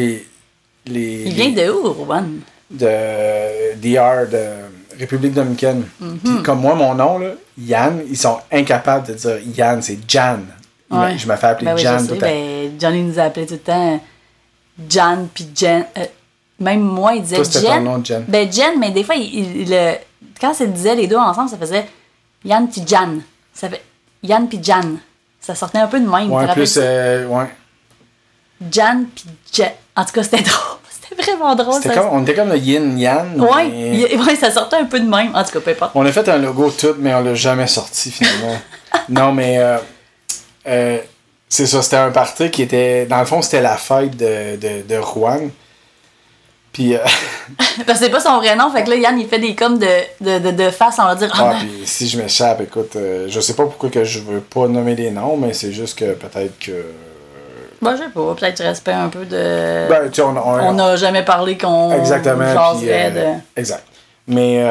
vient de où, Rowan? De DR, de République dominicaine. Puis comme moi, mon nom, là, Yann, ils sont incapables de dire Yann, c'est Jan. Ouais. Je me fais appeler Jan tout le temps. Johnny nous appelait tout le temps Jan puis Jen. Même moi, il disait Toi, c'était Jen. Ton nom de Jen. Ben Jen, mais des fois, quand ça disait les deux ensemble, ça faisait Yann puis Jan. Ça fait Yann puis Jan. Ça sortait un peu de même. Ouais, plus, ouais. Jan pis Jen. En tout cas, c'était drôle. C'était vraiment drôle. On était comme le yin-yang. Ouais, mais... ça sortait un peu de même. En tout cas, peu importe. On a fait un logo tout, mais on l'a jamais sorti finalement. Non, mais c'est ça. C'était un party qui était... Dans le fond, c'était la fête de Rouen. Puis... Parce que c'est pas son vrai nom, fait que là, Yann, il fait des coms de face, on va dire. Puis si je m'échappe, écoute, je sais pas pourquoi que je veux pas nommer des noms, mais c'est juste que peut-être que... Ben, je sais pas, peut-être respect un peu de... Ben, tu sais, on n'a jamais parlé qu'on... Exactement, puis... Exact. Mais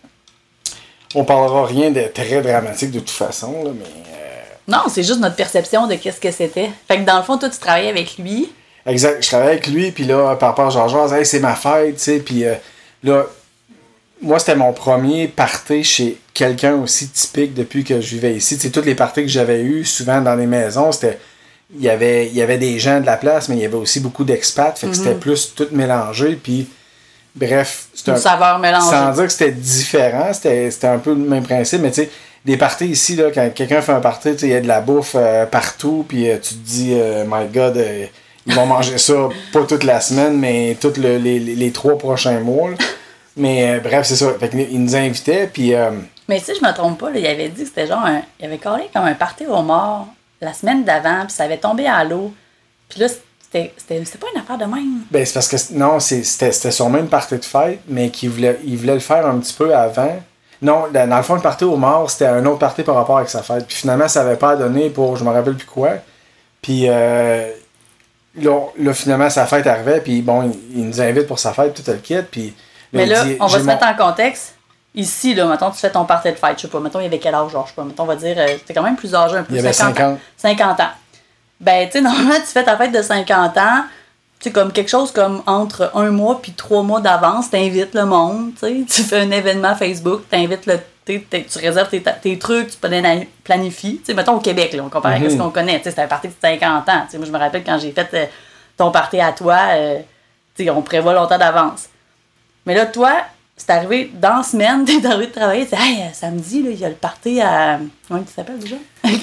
on parlera rien de très dramatique de toute façon, là, mais... Non, c'est juste notre perception de qu'est-ce que c'était. Fait que dans le fond, toi, tu travaillais avec lui... Exact. Je travaillais avec lui, puis là, par rapport à Georges, hey, c'est ma fête, tu sais, puis là, moi, c'était mon premier party chez quelqu'un aussi typique depuis que je vivais ici. Tu sais, toutes les parties que j'avais eues, souvent dans les maisons, c'était... Il y avait des gens de la place, mais il y avait aussi beaucoup d'expats, fait que c'était plus tout mélangé, puis bref... Une saveur mélangée. Sans dire que c'était différent, c'était un peu le même principe, mais tu sais, des parties ici, là, quand quelqu'un fait un party, tu sais, il y a de la bouffe partout, puis tu te dis, my God... ils vont manger ça, pas toute la semaine, mais tous les 3 prochains mois. Là. Mais bref, c'est ça. Fait qu'ils nous invitaient, puis... Mais si je me trompe pas, là, il avait dit que c'était genre il avait collé comme un party aux morts la semaine d'avant, puis ça avait tombé à l'eau. Puis là, c'était pas une affaire de même. Ben, c'est parce que non, c'était son même party de fête, mais il voulait le faire un petit peu avant. Non, dans le fond, le party aux morts, c'était un autre party par rapport avec sa fête. Puis finalement, ça avait pas donné pour je me rappelle plus quoi. Puis là, finalement, sa fête arrivait, puis bon, il nous invite pour sa fête, tout le kit. Puis mais là, on va se mettre en contexte. Ici, là, mettons, tu fais ton party de fête, je sais pas, mettons, il y avait quel âge, genre, je sais pas, mettons, on va dire, t'es quand même plus âgé un peu. Il y avait 50 ans. Ben, tu sais, normalement, tu fais ta fête de 50 ans, tu sais, comme quelque chose comme entre 1 mois puis 3 mois d'avance, t'invites le monde, tu sais, tu fais un événement Facebook, t'invites tu réserves tes trucs, tu planifies, tu sais, mettons au Québec, là, on compare avec ce qu'on connaît, tu sais, c'était un party de 50 ans, tu sais, moi, je me rappelle quand j'ai fait ton party à toi, tu sais, on prévoit longtemps d'avance. Mais là, toi, c'est arrivé dans la semaine, t'es arrivé de travailler, tu sais, hey, samedi, là, il y a le party à... Comment tu t'appelles déjà?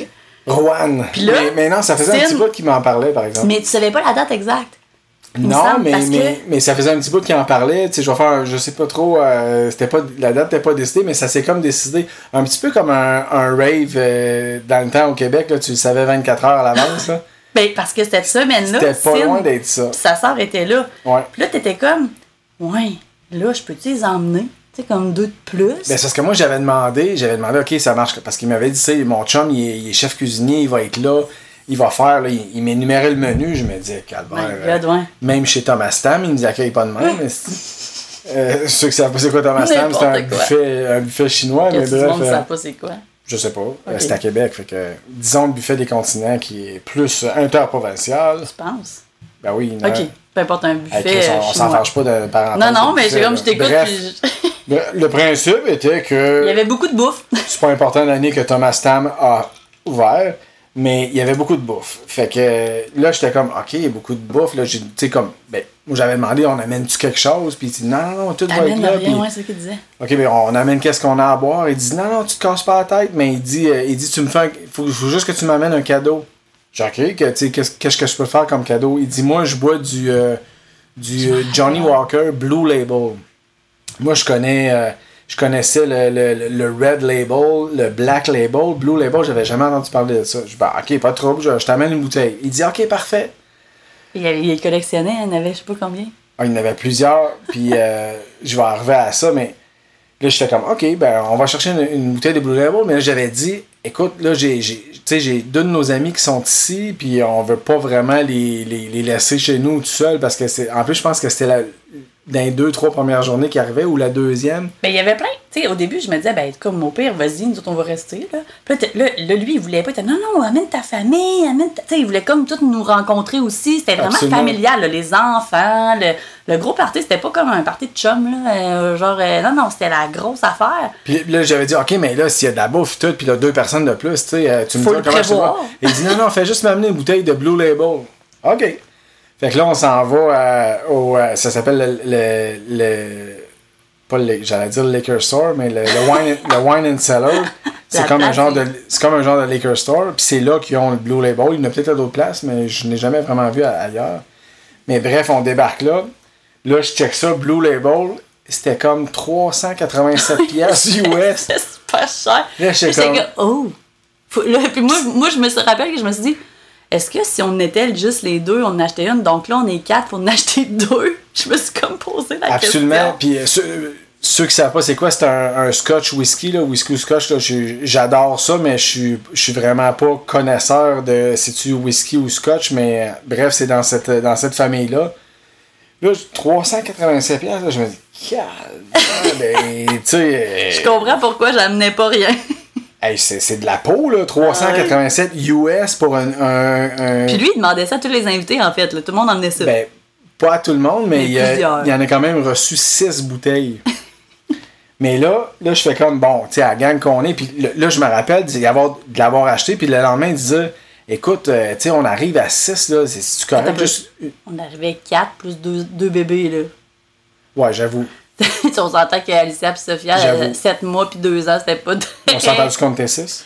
Rouen. Puis là, mais non, ça faisait un petit bout qu'il m'en parlait, par exemple. Mais tu savais pas la date exacte. Non, mais ça faisait un petit bout qu'il en parlait. Tu sais, je vais faire, je sais pas trop, la date n'était pas décidée, mais ça s'est comme décidé. Un petit peu comme un rave dans le temps au Québec, là, tu le savais 24 heures à l'avance. Là. Ben, parce que cette semaine-là, c'était pas loin d'être ça. Sa sœur était là. Ouais. Puis là, t'étais comme, ouais, là, je peux-tu les emmener? Tu sais, comme 2 de plus. Ben, c'est parce que moi, j'avais demandé, OK, ça marche. Parce qu'il m'avait dit, tu sais, mon chum, il est chef cuisinier, il va être là, il va faire, là, il m'énumérait le menu. Je me disais, calvaire. Même chez Thomas Tam, il nous accueille pas de même. Ceux qui savent pas c'est quoi Thomas Tam, c'est un buffet chinois. Mais bref. Tout le monde ne sait pas c'est quoi. Je sais pas. Okay. C'est à Québec. Fait que, disons le buffet des continents qui est plus interprovincial. Tu penses? Ben oui. OK. Peu importe un buffet. On s'en fâche pas de parenthèse. Non, mais j'ai comme je t'écoute. Bref, le principe était que. Il y avait beaucoup de bouffe. C'est pas important l'année que Thomas Tam a ouvert, mais il y avait beaucoup de bouffe. Fait que là, j'étais comme, OK, il y a beaucoup de bouffe. Là, tu sais, comme, ben, moi, j'avais demandé, on amène-tu quelque chose? Puis il dit, non, tout va être là. Rien, ouais, c'est ce qu'il disait. OK, ben, on amène qu'est-ce qu'on a à boire. Il dit, non, tu te casses pas la tête, mais il dit tu me fais, faut juste que tu m'amènes un cadeau. J'ai OK, qu'est-ce que je peux faire comme cadeau? Il dit, moi, je bois du Johnny Walker Blue Label. Moi, je connaissais le Red Label, le Black Label, Blue Label, j'avais jamais entendu parler de ça. Je dis, bah, OK, pas de trouble, je t'amène une bouteille. Il dit, OK, parfait. Il collectionnait, il en avait je sais pas combien. Ah, il y en avait plusieurs, puis je vais arriver à ça, mais là, j'étais comme, OK, ben, on va chercher une bouteille de Blue Label, mais là, j'avais dit, écoute, là, j'ai 2 de nos amis qui sont ici, puis on veut pas vraiment les laisser chez nous tout seuls, parce que en plus, je pense que c'était dans les 2-3 premières journées qui arrivaient, ou la deuxième. Ben, il y avait plein. Tu sais, au début, je me disais, ben, comme au pire, vas-y, nous autres, on va rester, là. Puis là, lui, il voulait pas. Il était, non, amène ta famille, Tu sais, il voulait comme tous nous rencontrer aussi. C'était vraiment Absolument. familial, là, les enfants. Le gros party, c'était pas comme un party de chum, là. Non, c'était la grosse affaire. Puis là, j'avais dit, OK, mais là, s'il y a de la bouffe, tout, puis là, 2 personnes de plus, tu sais, tu me dis comment je te vois. Il dit, non, fais juste m'amener une bouteille de Blue Label. OK. Fait que là, on s'en va ça s'appelle j'allais dire le liquor store, mais le wine and cellar. C'est comme un genre de liquor store. Puis c'est là qu'ils ont le Blue Label. Il y en a peut-être à d'autres places, mais je n'ai jamais vraiment vu ailleurs. Mais bref, on débarque là. Là, je check ça, Blue Label. C'était comme 387 piastres US. C'est super cher. Là, j'étais comme... Puis moi, je me rappelle que je me suis dit, est-ce que si on était juste les 2, on en achetait une, donc là, on est 4, faut en acheter 2? Je me suis comme posé la question. Absolument. Puis ceux qui savent pas c'est quoi, c'est un scotch whisky, là, whisky ou scotch. Là, j'adore ça, mais je suis vraiment pas connaisseur de si-tu whisky ou scotch, mais bref, c'est dans cette famille-là. Là, 387 piastres, je me dis, ben, tu sais... Je comprends pourquoi j'amenais pas rien. Hey, c'est de la peau, là, 387 US pour un... Puis lui, il demandait ça à tous les invités, en fait. Là. Tout le monde emmenait ça. Ben, pas à tout le monde, mais il en a quand même reçu 6 bouteilles. Mais là, je fais comme, bon, tu sais, à la gang qu'on est, puis là, je me rappelle de l'avoir acheté, puis le lendemain, il disait, écoute, tu sais, on arrive à 6, là, c'est-tu correct? On arrivait 4 plus 2 bébés, là. Ouais, j'avoue. On s'entend qu'Alicia et Sophia, 7 mois puis 2 ans, c'était pas... On s'entend du compte tes 6?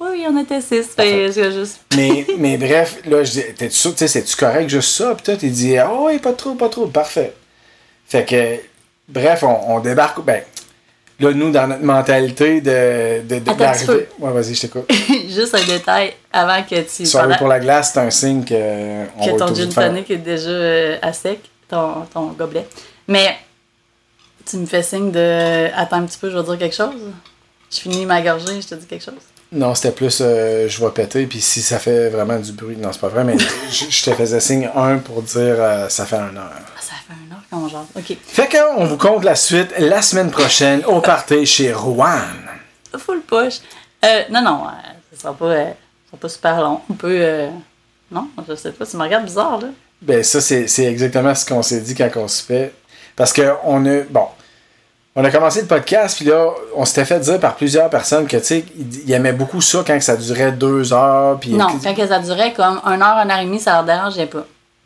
Oui, on était 6. Juste... mais bref, là, je dis, t'es-tu sûr, tu sais, c'est-tu correct juste ça? Puis toi, il dit, oh, oui, pas trop, parfait. Fait que, bref, on débarque, ben, là, nous, dans notre mentalité d'arriver... Ouais, vas-y, je t'écoute. Juste un détail, avant que tu... Sorry pour la glace, c'est un signe que... que ton gin tonic est déjà à sec, ton gobelet. Mais, tu me fais signe de... Attends un petit peu, je vais dire quelque chose. Je finis ma gorgée, je te dis quelque chose. Non, c'était plus je vais péter, puis si ça fait vraiment du bruit. Non, c'est pas vrai, mais je te faisais signe 1 pour dire ça fait 1 heure. Ça fait 1 heure qu'on genre. OK. Fait qu'on vous compte la suite la semaine prochaine au party chez Rouen. Full push. Non, ça sera pas super long. On peut. Non, je sais pas, tu me regardes bizarre, là. Ben, ça, c'est exactement ce qu'on s'est dit quand on se fait. Parce que on a commencé le podcast, puis là, on s'était fait dire par plusieurs personnes que, tu sais, ils aimaient beaucoup ça quand ça durait 2 heures. Puis non, quand ça durait comme 1 heure, 1 heure et demie, ça leur dérangeait pas.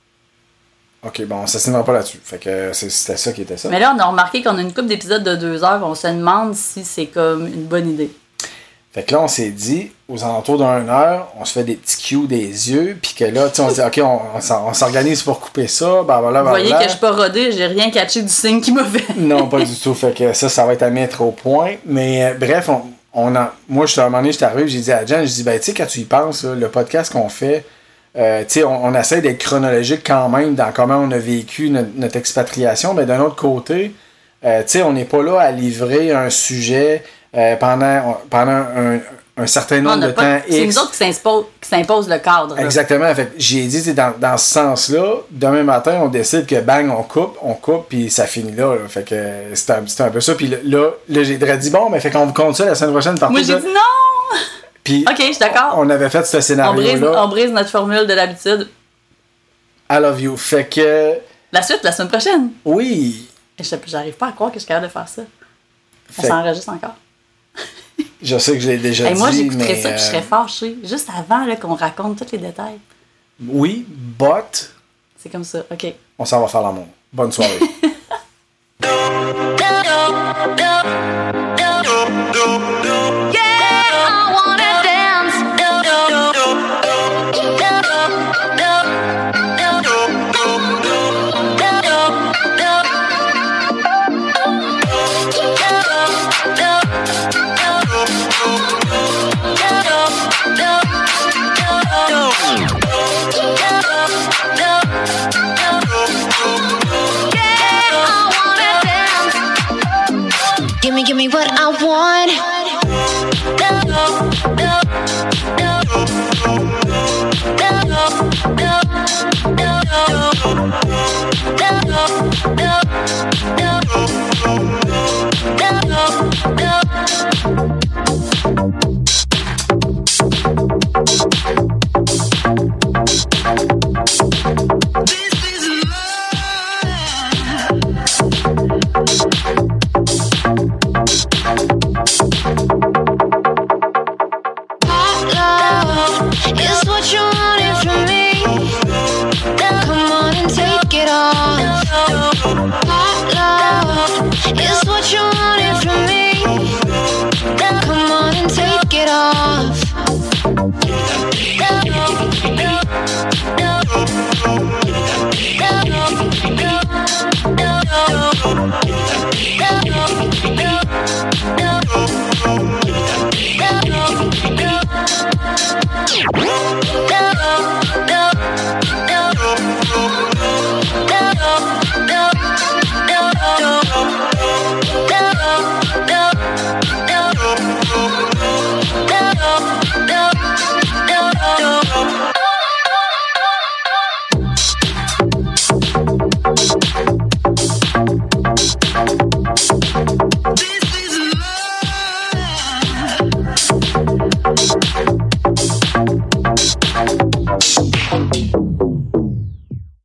OK, bon, on s'assignera pas là-dessus. Fait que c'était ça qui était ça. Mais là, on a remarqué qu'on a une couple d'épisodes de 2 heures, on se demande si c'est comme une bonne idée. Fait que là, on s'est dit, aux alentours d'1 heure, on se fait des petits cues des yeux, puis que là, tu sais, on se dit, OK, on s'organise pour couper ça, blablabla. Vous voyez que je suis pas rodée, j'ai rien catché du signe qui m'a fait. Non, pas du tout. Fait que ça va être à mettre au point. Mais bref, moi, à un moment donné, j'étais arrivé, j'ai dit à Jen, je dis, ben, tu sais, quand tu y penses, là, le podcast qu'on fait, tu sais, on essaie d'être chronologique quand même dans comment on a vécu notre expatriation, mais d'un autre côté, tu sais, on n'est pas là à livrer un sujet pendant un certain nombre de temps. C'est nous autres qui s'imposent le cadre. Là. Exactement. Fait que j'ai dit, dans ce sens-là, demain matin, on décide que bang, on coupe, puis ça finit là. Fait que c'était un peu ça. Puis là j'ai dit, bon, mais fait qu'on vous compte ça la semaine prochaine. Moi, j'ai dit non! Puis, OK, je suis d'accord. On avait fait ce scénario-là. On brise notre formule de l'habitude. I love you. Fait que... La suite, la semaine prochaine. Oui. J'arrive pas à croire que je suis capable de faire ça. On s'enregistre encore. Je sais que je l'ai déjà dit, moi, j'écouterais ça puis je serais fâchée. Juste avant là, qu'on raconte tous les détails. Oui, but... C'est comme ça, OK. On s'en va faire l'amour. Bonne soirée. Give me what I want. This